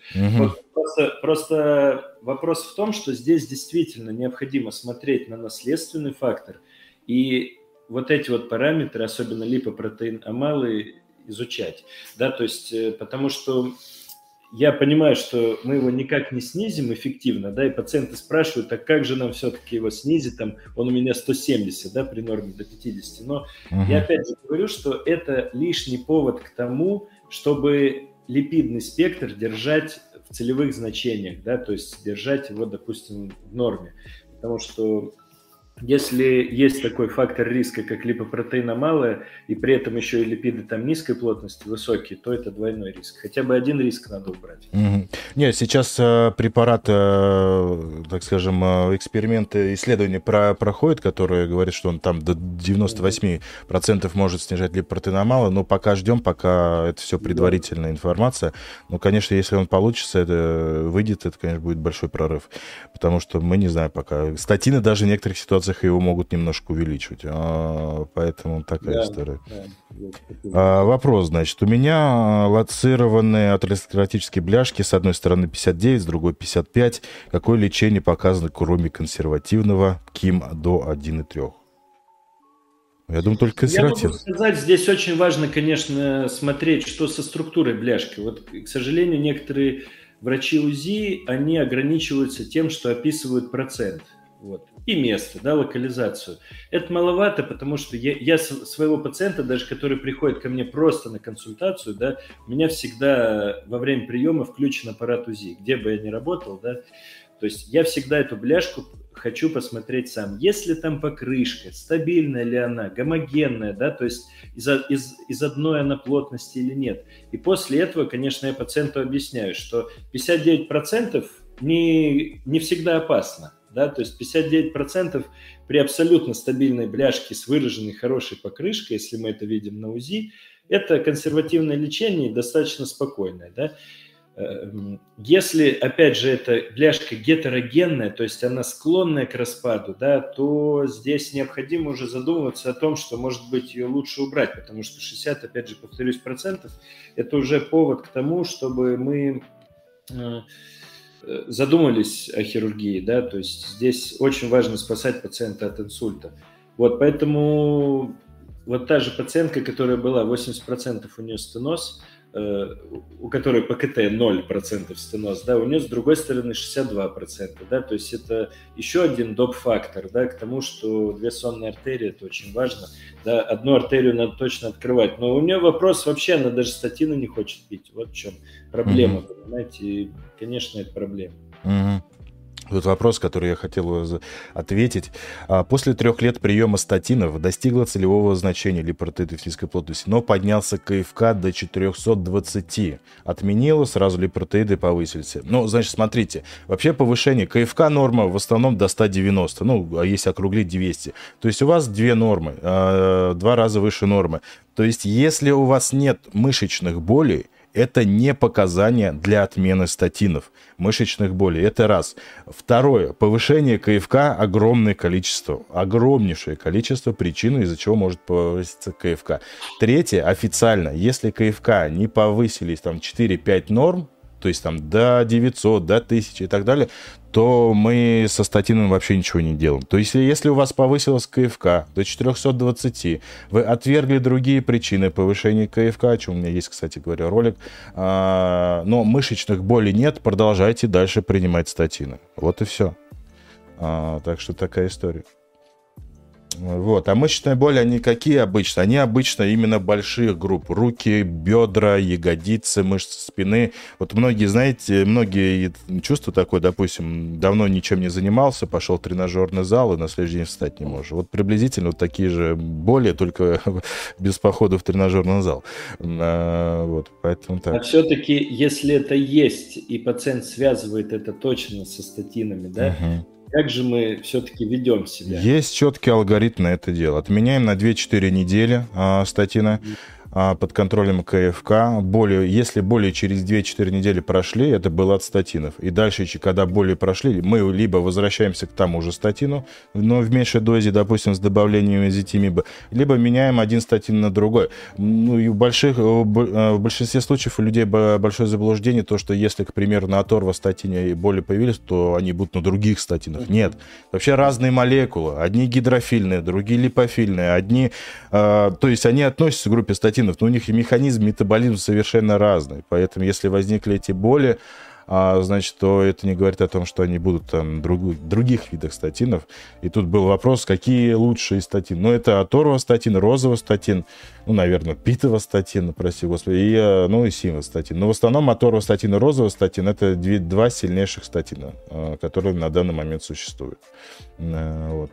Просто вопрос в том, что здесь действительно необходимо смотреть на наследственный фактор, и вот эти вот параметры, особенно липопротеин А малый, изучать, да, то есть, потому что я понимаю, что мы его никак не снизим эффективно, да, и пациенты спрашивают, а как же нам все-таки его снизить, там, он у меня 170, да, при норме до 50, но я опять же говорю, что это лишний повод к тому, чтобы липидный спектр держать в целевых значениях, да, то есть держать его, допустим, в норме, потому что если есть такой фактор риска, как липопротеина малая, и при этом еще и липиды там низкой плотности, высокие, то это двойной риск. Хотя бы один риск надо убрать. Нет, сейчас препараты, так скажем, эксперименты, исследования проходят, которые говорят, что он там до 98% может снижать липопротеин малый, но пока ждем, пока это все предварительная информация. Ну, конечно, если он получится, это выйдет, это, конечно, будет большой прорыв, потому что мы не знаем пока. Статины даже в некоторых ситуациях его могут немножко увеличивать. Поэтому такая история. Вопрос, значит. У меня лоцированные атеросклеротические бляшки. С одной стороны 59, с другой 55. Какое лечение показано, кроме консервативного, КИМ до 1,3? Я думаю, только консервативно. Я могу сказать, здесь очень важно, конечно, смотреть, что со структурой бляшки. Вот, к сожалению, некоторые врачи УЗИ, они ограничиваются тем, что описывают процент. Вот. И место, да, локализацию. Это маловато, потому что я своего пациента, даже который приходит ко мне просто на консультацию, да, у меня всегда во время приема включен аппарат УЗИ, где бы я ни работал, да, то есть я всегда эту бляшку хочу посмотреть сам. Есть ли там покрышка, стабильная ли она, гомогенная, да, то есть из одной она плотности или нет. И после этого, конечно, я пациенту объясняю, что 59% не всегда опасно. Да, то есть 59% при абсолютно стабильной бляшке с выраженной хорошей покрышкой, если мы это видим на УЗИ, это консервативное лечение достаточно спокойное. Да. Если, опять же, эта бляшка гетерогенная, то есть она склонная к распаду, да, то здесь необходимо уже задумываться о том, что, может быть, ее лучше убрать, потому что 60, опять же, повторюсь, процентов – это уже повод к тому, чтобы мы задумались о хирургии, да, то есть здесь очень важно спасать пациента от инсульта. Вот, поэтому вот та же пациентка, которая была 80% у нее стеноз, у которой по КТ 0% стеноз, да, у нее с другой стороны 62%, да, то есть это еще один доп-фактор, да, к тому, что две сонные артерии, это очень важно, да, одну артерию надо точно открывать, но у нее вопрос вообще, она даже статины не хочет пить, вот в чем проблема, понимаете, и, конечно, это проблема. Тут вопрос, который я хотел ответить. После 3 лет приема статинов достигла целевого значения липопротеиды низкой плотности, но поднялся КФК до 420. Отменила, сразу липопротеиды повысились. Ну, значит, смотрите, вообще повышение КФК норма в основном до 190, ну, а если округлить 200. То есть у вас 2 нормы, 2 раза выше нормы. То есть если у вас нет мышечных болей, Это не показание для отмены статинов, мышечных болей. Это раз. Второе. Повышение КФК огромное количество. Огромнейшее количество причин, из-за чего может повыситься КФК. Третье. Официально, если КФК не повысились там 4-5 норм, то есть там до 900, до 1000 и так далее, то мы со статином вообще ничего не делаем. То есть если у вас повысилась КФК до 420, вы отвергли другие причины повышения КФК, о чем у меня есть, кстати говоря, ролик, но мышечных болей нет, продолжайте дальше принимать статины. Вот и все. Так что такая история. Вот. А мышечные боли, они какие обычно? Они обычно именно больших групп. Руки, бедра, ягодицы, мышцы спины. Вот многие, знаете, многие чувствуют такое, допустим, давно ничем не занимался, пошел в тренажерный зал и на следующий день встать не можешь. Вот приблизительно вот такие же боли, только без похода в тренажерный зал. Вот, поэтому так. А все-таки, если это есть, и пациент связывает это точно со статинами, да, как же мы все-таки ведем себя? Есть четкий алгоритм на это дело. Отменяем на 2-4 недели статины под контролем КФК. Если боли через 2-4 недели прошли, это было от статинов. И дальше, когда боли прошли, мы либо возвращаемся к тому же статину, но в меньшей дозе, допустим, с добавлением эзотимиба, либо меняем один статин на другой. Ну, и в большинстве случаев у людей большое заблуждение, то, что если, к примеру, на аторвастатине боли появились, то они будут на других статинах. Нет. Вообще разные молекулы. Одни гидрофильные, другие липофильные. Одни, то есть они относятся к группе статинов, но у них и механизм, метаболизм совершенно разный. Поэтому, если возникли эти боли, значит, то это не говорит о том, что они будут там других видах статинов. И тут был вопрос, какие лучшие статины. Ну, это аторвастатин, розовостатин, ну, наверное, питовостатин, прости господи, и симвастатин. Но в основном аторвастатин и розовостатин — это два сильнейших статина, которые на данный момент существуют. Вот,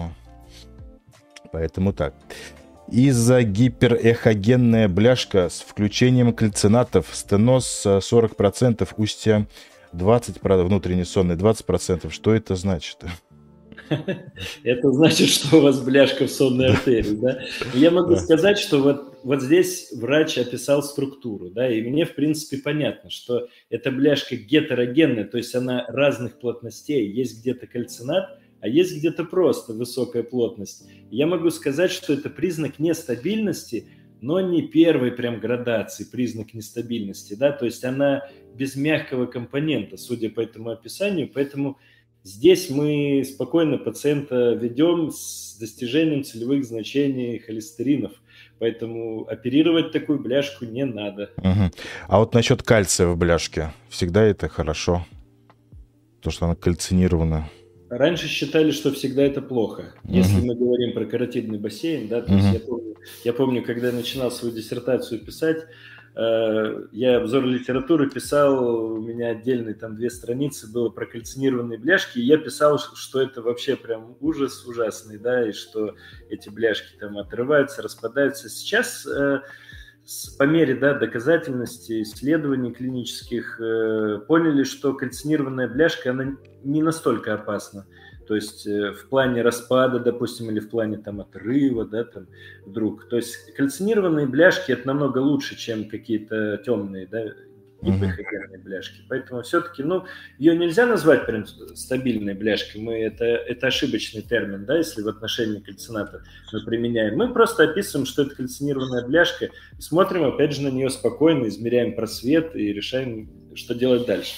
поэтому так. Изогиперэхогенная бляшка с включением кальцинатов, стеноз 40%, устья 20%, внутренний сонный 20%. Что это значит? Это значит, что у вас бляшка в сонной артерии, да? Я могу сказать, что вот здесь врач описал структуру, да, и мне, в принципе, понятно, что эта бляшка гетерогенная, то есть она разных плотностей, есть где-то кальцинат, а есть где-то просто высокая плотность. Я могу сказать, что это признак нестабильности, но не первой прям градации, признак нестабильности, да, то есть она без мягкого компонента, судя по этому описанию, поэтому здесь мы спокойно пациента ведем с достижением целевых значений холестеринов, поэтому оперировать такую бляшку не надо. А вот насчет кальция в бляшке, всегда это хорошо, то, что она кальцинирована? Раньше считали, что всегда это плохо. Если мы говорим про каротидный бассейн, да, то есть я помню, когда я начинал свою диссертацию писать, я обзор литературы писал, у меня отдельные там 2 страницы было про кальцинированные бляшки, и я писал, что это вообще прям ужас ужасный, да, и что эти бляшки там отрываются, распадаются. Сейчас по мере доказательности, исследований клинических поняли, что кальцинированная бляшка, она не настолько опасна. То есть в плане распада, допустим, или в плане там отрыва, да, там вдруг. То есть кальцинированные бляшки это намного лучше, чем какие-то темные, да, гипохогенные бляшки. Поэтому все-таки, ее нельзя назвать прям стабильной бляшкой. Это ошибочный термин, да, если в отношении кальцината мы применяем. Мы просто описываем, что это кальцинированная бляшка, и смотрим, опять же, на нее спокойно, измеряем просвет и решаем, что делать дальше.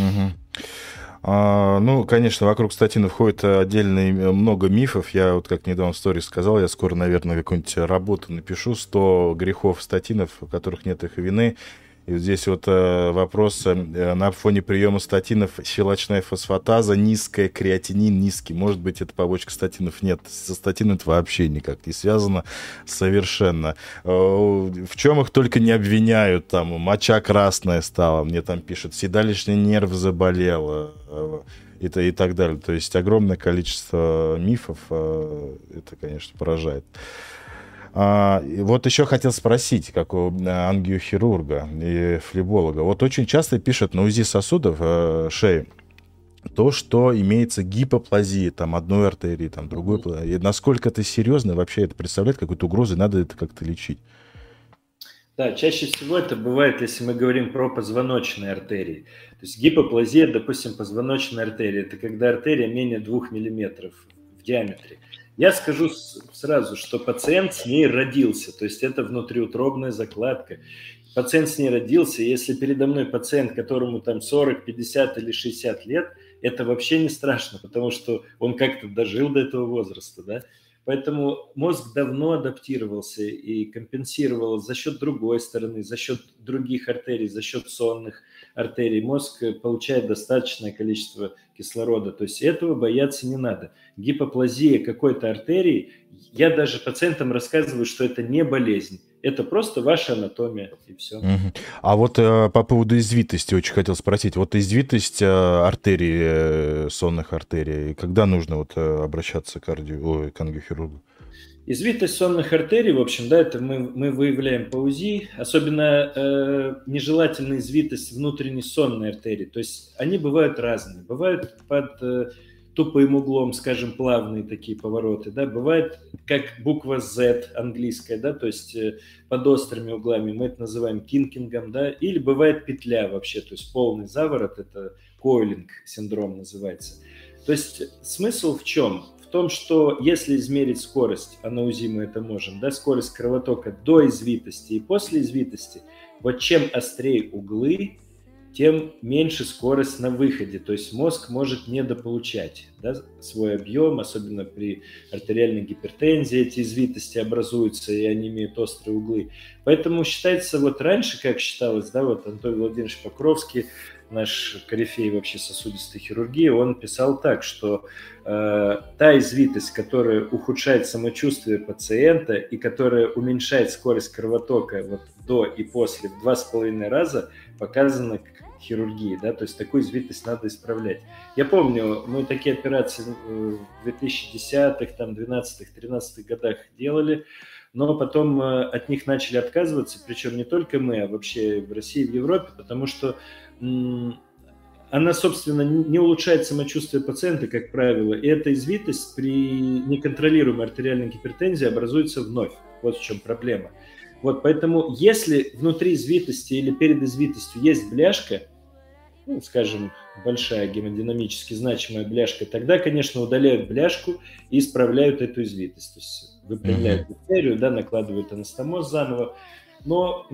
Конечно, вокруг статинов ходит отдельно много мифов. Я вот как недавно в сторис сказал, я скоро, наверное, какую-нибудь работу напишу, 100 грехов статинов, в которых нет их вины. И вот здесь вот вопрос на фоне приема статинов: щелочная фосфатаза низкая, креатинин низкий. Может быть, это побочка статинов? Нет, со статином это вообще никак не связано совершенно. В чем их только не обвиняют, там, моча красная стала, мне там пишут, седалищный нерв заболел и так далее. То есть огромное количество мифов, это, конечно, поражает. Вот еще хотел спросить, как у ангиохирурга и флеболога. Вот очень часто пишут на УЗИ сосудов шеи то, что имеется гипоплазия там, одной артерии, там, другой. И насколько это серьезно, вообще это представляет какую-то угрозу, надо это как-то лечить? Да, чаще всего это бывает, если мы говорим про позвоночные артерии. То есть гипоплазия, допустим, позвоночной артерии, это когда артерия менее 2 мм в диаметре. Я скажу сразу, что пациент с ней родился, то есть это внутриутробная закладка. Пациент с ней родился, и если передо мной пациент, которому там 40, 50 или 60 лет, это вообще не страшно, потому что он как-то дожил до этого возраста, да. Поэтому мозг давно адаптировался и компенсировал за счет другой стороны, за счет других артерий, за счет сонных артерий. Мозг получает достаточное количество кислорода. То есть этого бояться не надо. Гипоплазия какой-то артерии, я даже пациентам рассказываю, что это не болезнь. Это просто ваша анатомия, и все. Мгм. А вот по поводу извитости очень хотел спросить. Вот извитость артерий, сонных артерий, когда нужно вот обращаться к ангиохирургу? Извитость сонных артерий, в общем, да, это мы выявляем по УЗИ, особенно нежелательная извитость внутренней сонной артерии. То есть они бывают разные. Бывают под тупым углом, скажем, плавные такие повороты, да, бывает как буква Z английская, да, то есть под острыми углами, мы это называем кинкингом, да, или бывает петля вообще, то есть полный заворот, это койлинг синдром называется. То есть смысл в чем? В том, что если измерить скорость, а на УЗИ мы это можем, да, скорость кровотока до извитости и после извитости, вот чем острее углы, тем меньше скорость на выходе. То есть мозг может недополучать, да, свой объем, особенно при артериальной гипертензии эти извитости образуются, и они имеют острые углы. Поэтому считается, вот раньше, как считалось, да, вот Анатолий Владимирович Покровский, наш корифей вообще сосудистой хирургии, он писал так, что та извитость, которая ухудшает самочувствие пациента и которая уменьшает скорость кровотока вот до и после в 2,5 раза, показана к хирургии, да, то есть такую извитость надо исправлять. Я помню, мы такие операции в 2010-х, там, 12-х, 13-х годах делали, но потом от них начали отказываться, причем не только мы, а вообще в России и в Европе, потому что она, собственно, не улучшает самочувствие пациента, как правило, и эта извитость при неконтролируемой артериальной гипертензии образуется вновь. Вот в чем проблема. Вот, поэтому если внутри извитости или перед извитостью есть бляшка, ну, скажем, большая гемодинамически значимая бляшка, тогда, конечно, удаляют бляшку и исправляют эту извитость. То есть выпрямляют артерию, да, накладывают анастомоз заново. Но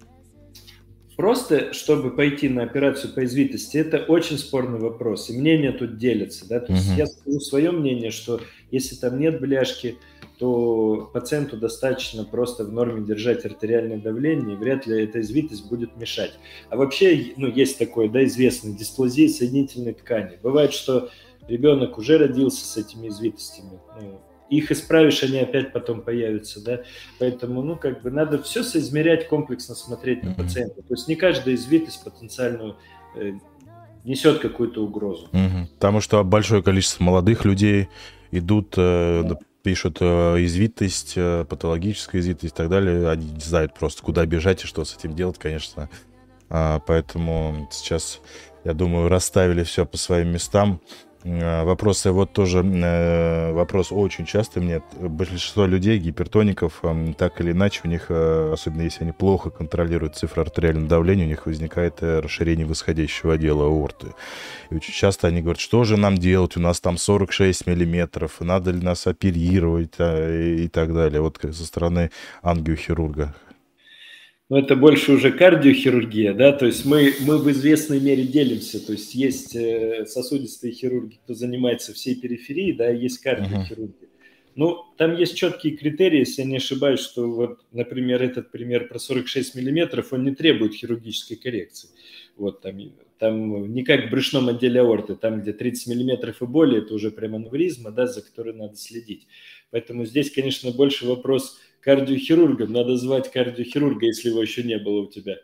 просто, чтобы пойти на операцию по извитости, это очень спорный вопрос, и мнения тут делятся. Да? То есть я скажу свое мнение, что если там нет бляшки, то пациенту достаточно просто в норме держать артериальное давление, и вряд ли эта извитость будет мешать. А вообще, ну, есть такое, да, известное, дисплазия соединительной ткани. Бывает, что ребенок уже родился с этими извитостями, ну, их исправишь, они опять потом появятся, да, поэтому, ну, как бы надо все соизмерять, комплексно смотреть на пациента, то есть не каждая извитость потенциально несет какую-то угрозу. Потому что большое количество молодых людей идут, пишут извитость, патологическая извитость и так далее, они не знают просто, куда бежать и что с этим делать, конечно, поэтому сейчас, я думаю, расставили все по своим местам. Вопросы, вот тоже вопрос очень часто мне. Большинство людей, гипертоников, так или иначе, у них, особенно если они плохо контролируют цифры артериального давления, у них возникает расширение восходящего отдела аорты. И очень часто они говорят, что же нам делать, у нас там 46 миллиметров, надо ли нас оперировать и так далее. Вот со стороны ангиохирурга. Но это больше уже кардиохирургия, да, то есть мы в известной мере делимся, то есть есть сосудистые хирурги, кто занимается всей периферией, да, и есть кардиохирурги. Ну, там есть четкие критерии, если я не ошибаюсь, что вот, например, этот пример про 46 миллиметров, он не требует хирургической коррекции. Вот там не как в брюшном отделе аорты, там, где 30 миллиметров и более, это уже прям аневризма, да, за которой надо следить. Поэтому здесь, конечно, больше вопрос кардиохирургом. Надо звать кардиохирурга, если его еще не было у тебя.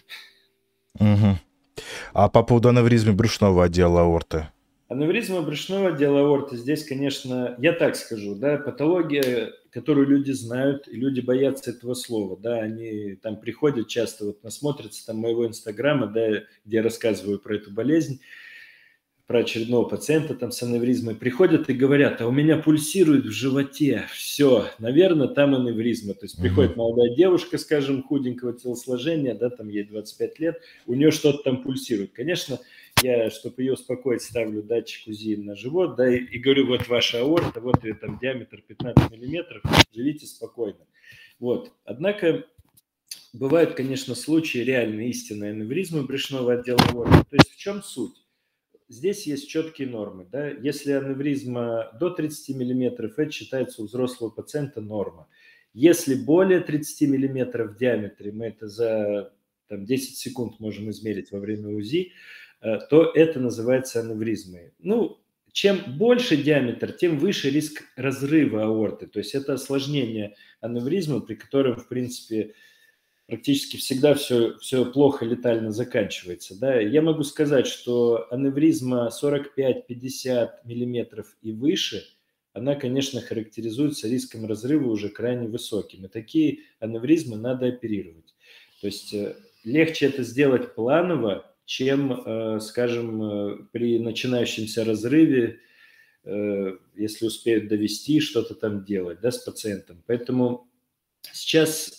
А по поводу аневризмы брюшного отдела аорты? Аневризма брюшного отдела аорты здесь, конечно, я так скажу, да, патология, которую люди знают, и люди боятся этого слова, да, они там приходят часто, вот насмотрятся там моего инстаграма, да, где я рассказываю про эту болезнь. про очередного пациента там с аневризмой, приходят и говорят, а у меня пульсирует в животе, все, наверное, там аневризма. То есть приходит молодая девушка, скажем, худенького телосложения, да, там ей 25 лет, у нее что-то там пульсирует. Конечно, я, чтобы ее успокоить, ставлю датчик УЗИ на живот, да, и говорю, вот ваша аорта, вот ее там диаметр 15 миллиметров, живите спокойно. Вот, однако бывают, конечно, случаи реальной истинной аневризмы брюшного отдела аорты. То есть в чем суть? Здесь есть четкие нормы. Да? Если аневризма до 30 мм, это считается у взрослого пациента норма. Если более 30 мм в диаметре, мы это за там, 10 секунд можем измерить во время УЗИ, то это называется аневризмой. Ну, чем больше диаметр, тем выше риск разрыва аорты. То есть это осложнение аневризмы, при котором, в принципе, практически всегда все плохо летально заканчивается. Да? Я могу сказать, что аневризма 45-50 миллиметров и выше, она, конечно, характеризуется риском разрыва уже крайне высоким. И такие аневризмы надо оперировать. То есть легче это сделать планово, чем, скажем, при начинающемся разрыве, если успеют довести, что-то там делать, да, с пациентом. Поэтому сейчас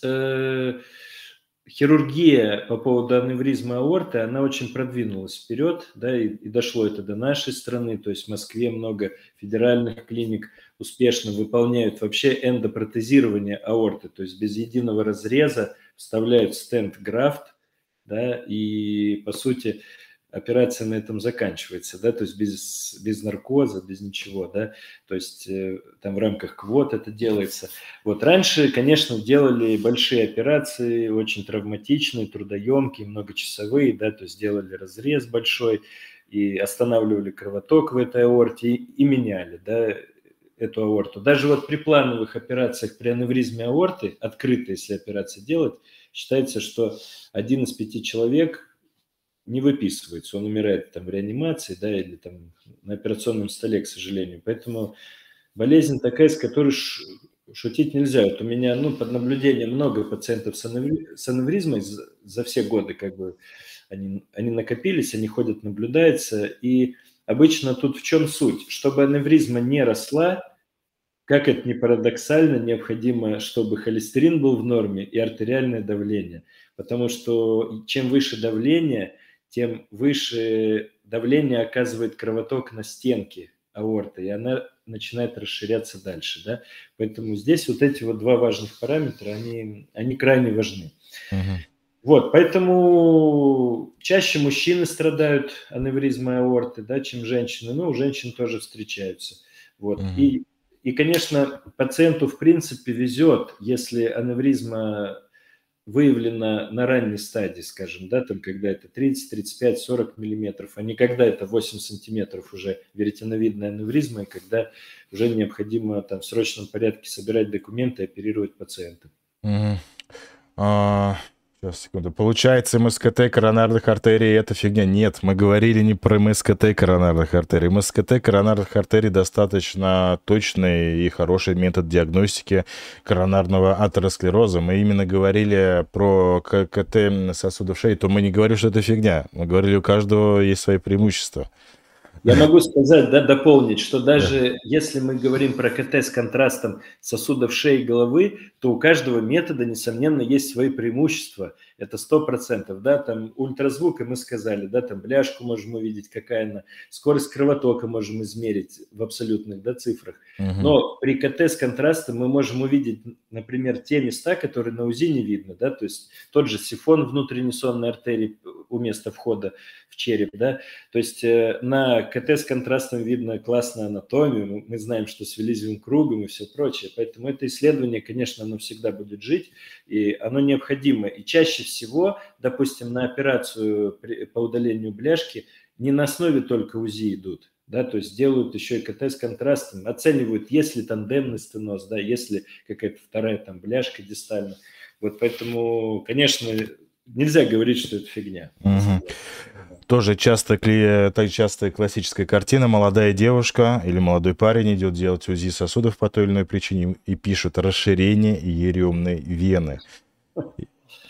хирургия по поводу аневризмы аорты, она очень продвинулась вперед, да, и дошло это до нашей страны, то есть в Москве много федеральных клиник успешно выполняют вообще эндопротезирование аорты, то есть без единого разреза вставляют стенд-графт, да, и по сути операция на этом заканчивается, да, то есть без наркоза, без ничего, да, то есть там в рамках квот это делается. Вот раньше, конечно, делали большие операции, очень травматичные, трудоемкие, многочасовые, да, то есть делали разрез большой и останавливали кровоток в этой аорте и меняли, да, эту аорту. Даже вот при плановых операциях при аневризме аорты, открыто, если операцию делать, считается, что 1 из 5 человек не выписывается, он умирает там в реанимации, да, или там на операционном столе, к сожалению. Поэтому болезнь такая, с которой шутить нельзя. Вот у меня, под наблюдением много пациентов с аневризмой за все годы, как бы они накопились, они ходят, наблюдаются, и обычно тут в чем суть? Чтобы аневризма не росла, как это ни парадоксально, необходимо, чтобы холестерин был в норме и артериальное давление. Потому что чем выше давление, тем выше давление оказывает кровоток на стенки аорты, и она начинает расширяться дальше. Да? Поэтому здесь вот эти вот два важных параметра, они крайне важны. Вот, поэтому чаще мужчины страдают аневризмой аорты, да, чем женщины. Но у женщин тоже встречаются. Вот. И, конечно, пациенту в принципе везет, если аневризма выявлена на ранней стадии, скажем, да, там, когда это 30, 35, 40 миллиметров, а не когда это 8 сантиметров уже веретеновидная аневризма, и когда уже необходимо там в срочном порядке собирать документы и оперировать пациента. Сейчас, секунду. Получается, МСКТ коронарных артерий — это фигня. Нет, мы говорили не про МСКТ коронарных артерий. МСКТ коронарных артерий достаточно точный и хороший метод диагностики коронарного атеросклероза. Мы именно говорили про КТ сосудов шеи, то мы не говорили, что это фигня. Мы говорили, у каждого есть свои преимущества. Я могу сказать, да, дополнить, что даже если мы говорим про КТ с контрастом сосудов шеи и головы, то у каждого метода, несомненно, есть свои преимущества. Это 100%, да, там ультразвук, мы сказали, да, там бляшку можем увидеть, какая она, скорость кровотока можем измерить в абсолютных, да, цифрах. Но при КТ с контрастом мы можем увидеть, например, те места, которые на УЗИ не видно, да, то есть тот же сифон внутренней сонной артерии у места входа в череп, да, то есть на КТ с контрастом видно классную анатомию, мы знаем, что с Виллизевым кругом и все прочее, поэтому это исследование, конечно, оно всегда будет жить, и оно необходимо, и чаще всего, допустим, на операцию по удалению бляшки не на основе только УЗИ идут, да, то есть делают еще и КТ с контрастом, оценивают, есть ли тандемный стеноз, да, есть ли какая-то вторая там бляшка дистальная, вот поэтому, конечно, нельзя говорить, что это фигня. Тоже частая классическая картина. Молодая девушка или молодой парень идет делать УЗИ сосудов по той или иной причине и пишут расширение иеремной вены.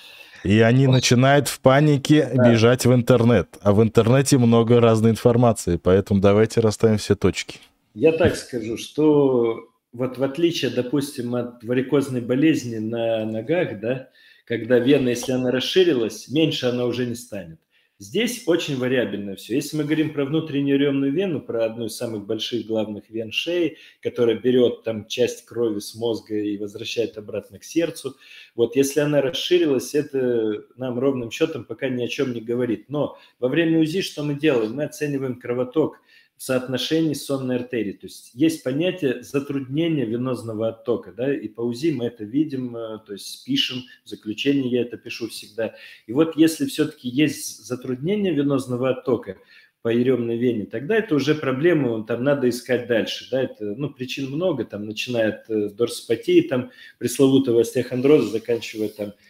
И они начинают в панике Да. бежать в интернет. А в интернете много разной информации, поэтому давайте расставим все точки. Я так скажу, что вот в отличие, допустим, от варикозной болезни на ногах, да, когда вена, если она расширилась, меньше она уже не станет. Здесь очень вариабельно все. Если мы говорим про внутреннюю еремную вену, про одну из самых больших главных вен шеи, которая берет там часть крови с мозга и возвращает обратно к сердцу, вот если она расширилась, это нам ровным счетом пока ни о чем не говорит. Но во время УЗИ что мы делаем? Мы оцениваем кровоток в соотношении с сонной артерией. То есть есть понятие затруднения венозного оттока, да, и по УЗИ мы это видим, то есть пишем, в заключении я это пишу всегда. И вот если все-таки есть затруднение венозного оттока по еремной вене, тогда это уже проблема, там надо искать дальше, да, это, ну, причин много, там, начиная от дорсопатии, там, пресловутого остеохондроза, заканчивая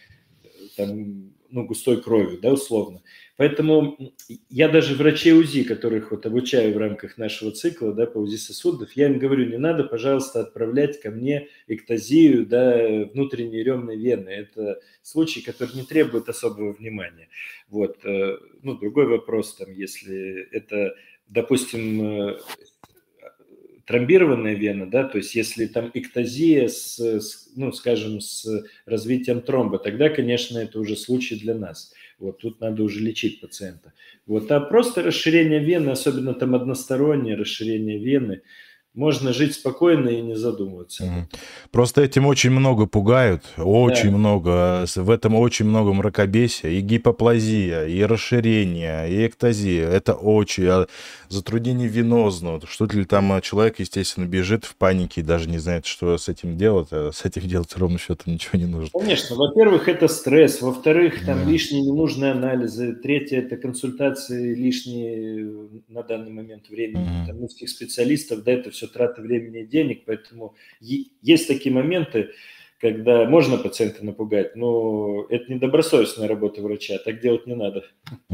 там, ну, густой кровью, да, условно. Поэтому я даже врачей УЗИ, которых вот обучаю в рамках нашего цикла, да, по УЗИ сосудов, я им говорю, не надо, пожалуйста, отправлять ко мне эктазию, да, внутренней еремной вены. Это случай, который не требует особого внимания. Вот. Ну, другой вопрос, там, если это, допустим, тромбированная вена, да, то есть если там эктазия ну, скажем, с развитием тромба, тогда, конечно, это уже случай для нас. Вот тут надо уже лечить пациента. Вот, а просто расширение вены, особенно там одностороннее расширение вены, можно жить спокойно и не задумываться об этом. Просто этим очень много пугают, очень Да. много, в этом очень много мракобесия, и гипоплазия, и расширение, и эктазия, это очень, затруднение венозного, что-то ли там человек, естественно, бежит в панике и даже не знает, что с этим делать, а с этим делать ровно счетом ничего не нужно. Конечно, во-первых, это стресс, во-вторых, там лишние ненужные анализы, третье, это консультации лишние на данный момент времени, там, узких специалистов, да, это все трата времени и денег, поэтому есть такие моменты, когда можно пациента напугать, но это недобросовестная работа врача, так делать не надо.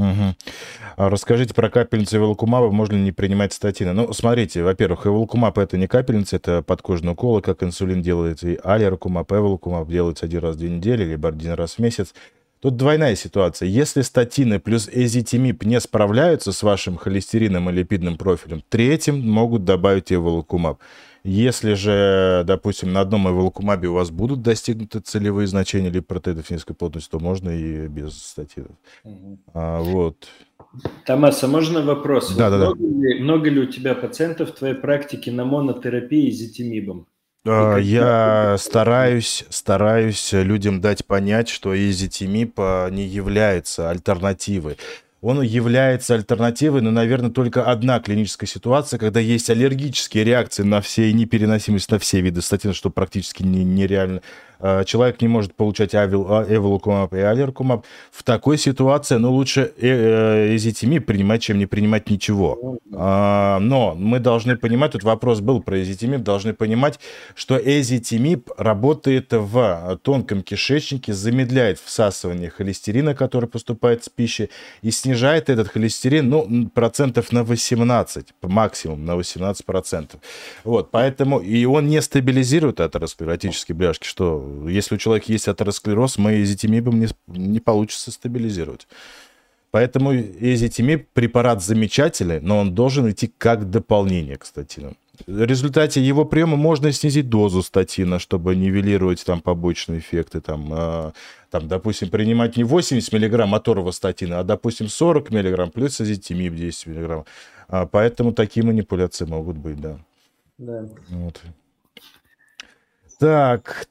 А расскажите про капельницы эволокумаба, можно ли не принимать статины? Ну, смотрите, во-первых, эволокумаб это не капельница, это подкожные уколы, как инсулин делается, и алирокумаб, эволокумаб делается один раз в 2 недели, либо один раз в месяц. Тут двойная ситуация. Если статины плюс эзитимиб не справляются с вашим холестерином и липидным профилем, третьим могут добавить эволокумаб. Если же, допустим, на одном эволокумабе у вас будут достигнуты целевые значения липопротеидов низкой плотности, то можно и без статинов. Вот. Томас, а можно вопрос? Да, Вот да, да. много ли у тебя пациентов в твоей практике на монотерапии эзитимибом? Я стараюсь людям дать понять, что эзитимиб не является альтернативой. Он является альтернативой, но, наверное, только одна клиническая ситуация, когда есть аллергические реакции на все и непереносимость на все виды статинов, что практически нереально. Человек не может получать эволокумаб и алирокумаб. В такой ситуации, лучше эзитимиб принимать, чем не принимать ничего. Но мы должны понимать, тут вопрос был про эзитимиб, должны понимать, что эзитимиб работает в тонком кишечнике, замедляет всасывание холестерина, который поступает с пищи, и снижает этот холестерин, процентов на 18, максимум на 18%. Вот, поэтому, и он не стабилизирует атеросклеротические бляшки, что если у человека есть атеросклероз, мы эзитимибом не получится стабилизировать. Поэтому эзитимиб препарат замечательный, но он должен идти как дополнение к статинам. В результате его приема можно снизить дозу статина, чтобы нивелировать там побочные эффекты. Там, допустим, принимать не 80 мг аторвастатина, а, допустим, 40 мг плюс эзитимиб 10 мг. Поэтому такие манипуляции могут быть, да. Да. Вот. Так,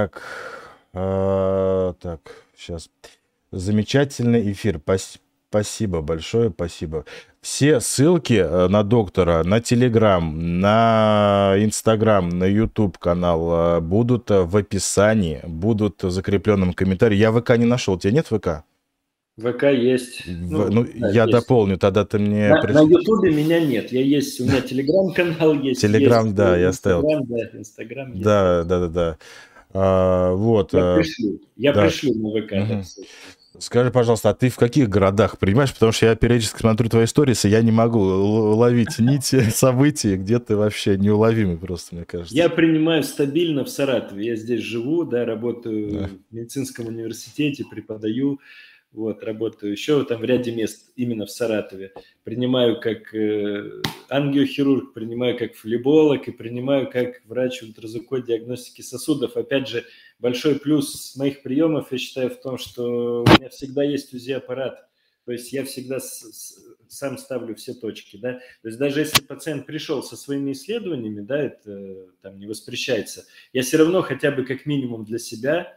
сейчас. Замечательный эфир. Спасибо большое, спасибо. Все ссылки на доктора, на Телеграм, на Инстаграм, на Ютуб канал будут в описании, будут в закрепленном комментарии. Я ВК не нашел. У тебя нет ВК? ВК есть. Да, я есть. дополню, тогда ты мне... На Ютубе меня нет. У меня Телеграм-канал есть. Телеграм, есть, да, я оставил. Инстаграм есть. Да. Вот. Я пришлю на ВК. Скажи, пожалуйста, а ты в каких городах принимаешь? Потому что я периодически смотрю твои сторис, и я не могу ловить нити событий, где ты вообще неуловимый просто, мне Я кажется. принимаю стабильно в Саратове. Я здесь живу, да, Да. работаю в медицинском университете, преподаю, вот, работаю еще там в ряде мест именно в Саратове. Принимаю как ангиохирург, принимаю как флеболог и принимаю как врач ультразвуковой диагностики сосудов. Опять же, большой плюс моих приемов, я считаю, в том, что у меня всегда есть УЗИ-аппарат. То есть я всегда сам ставлю все точки, да. То есть даже если пациент пришел со своими исследованиями, да, это там не воспрещается, я все равно хотя бы как минимум для себя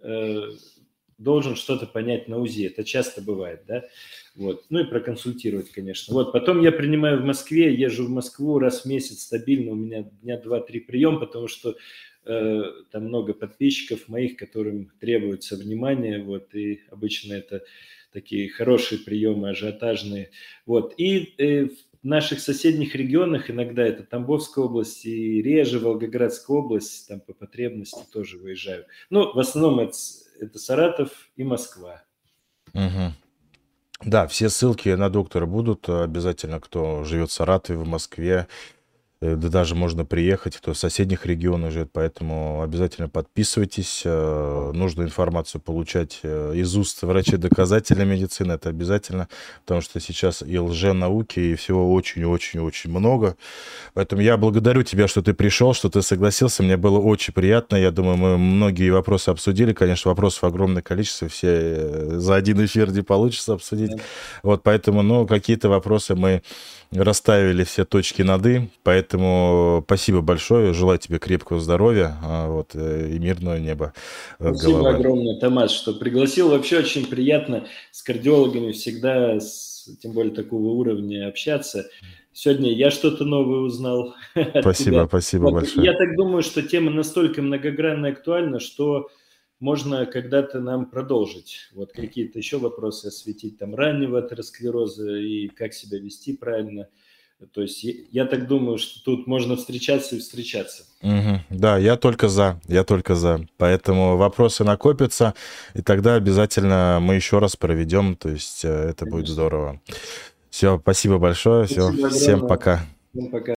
должен что-то понять на УЗИ. Это часто бывает, да. Вот. Ну и проконсультировать, конечно. Вот. Потом я принимаю в Москве, езжу в Москву раз в месяц стабильно, у меня дня 2-3 прием, потому что там много подписчиков моих, которым требуется внимание, вот, и обычно это такие хорошие приемы, ажиотажные. Вот. И в наших соседних регионах, иногда это Тамбовская область и реже Волгоградская область, там по потребности тоже выезжаю. Ну, в основном это Саратов и Москва. Мгм. Да, все ссылки на доктора будут обязательно, кто живет в Саратове, в Москве. Да даже можно приехать, кто в соседних регионах живет, поэтому обязательно подписывайтесь. Нужно информацию получать из уст врачей-доказателя медицины, это обязательно, потому что сейчас и лженауки, и всего очень-очень-очень много. Поэтому я благодарю тебя, что ты пришел, что ты согласился. Мне было очень приятно. Я думаю, мы многие вопросы обсудили. Конечно, вопросов огромное количество, все за один эфир не получится обсудить. Да. Вот поэтому, ну, какие-то вопросы мы расставили все точки над «и». Поэтому спасибо большое. Желаю тебе крепкого здоровья, вот, и мирного неба над Спасибо головой. огромное, Томас, что пригласил. Вообще очень приятно с кардиологами всегда, тем более такого уровня, общаться. Сегодня я что-то новое узнал от тебя. Спасибо Вот. большое. Я так думаю, что тема настолько многогранна и актуальна, что можно когда-то нам продолжить. Вот какие-то еще вопросы осветить, там, раннего атеросклероза и как себя вести правильно. То есть я так думаю, что тут можно встречаться и встречаться. Мгм. Да, я только за, я только за. Поэтому вопросы накопятся, и тогда обязательно мы еще раз проведем, то есть это будет Конечно. здорово. Все, спасибо большое, все, Спасибо всем огромное. пока. Всем пока.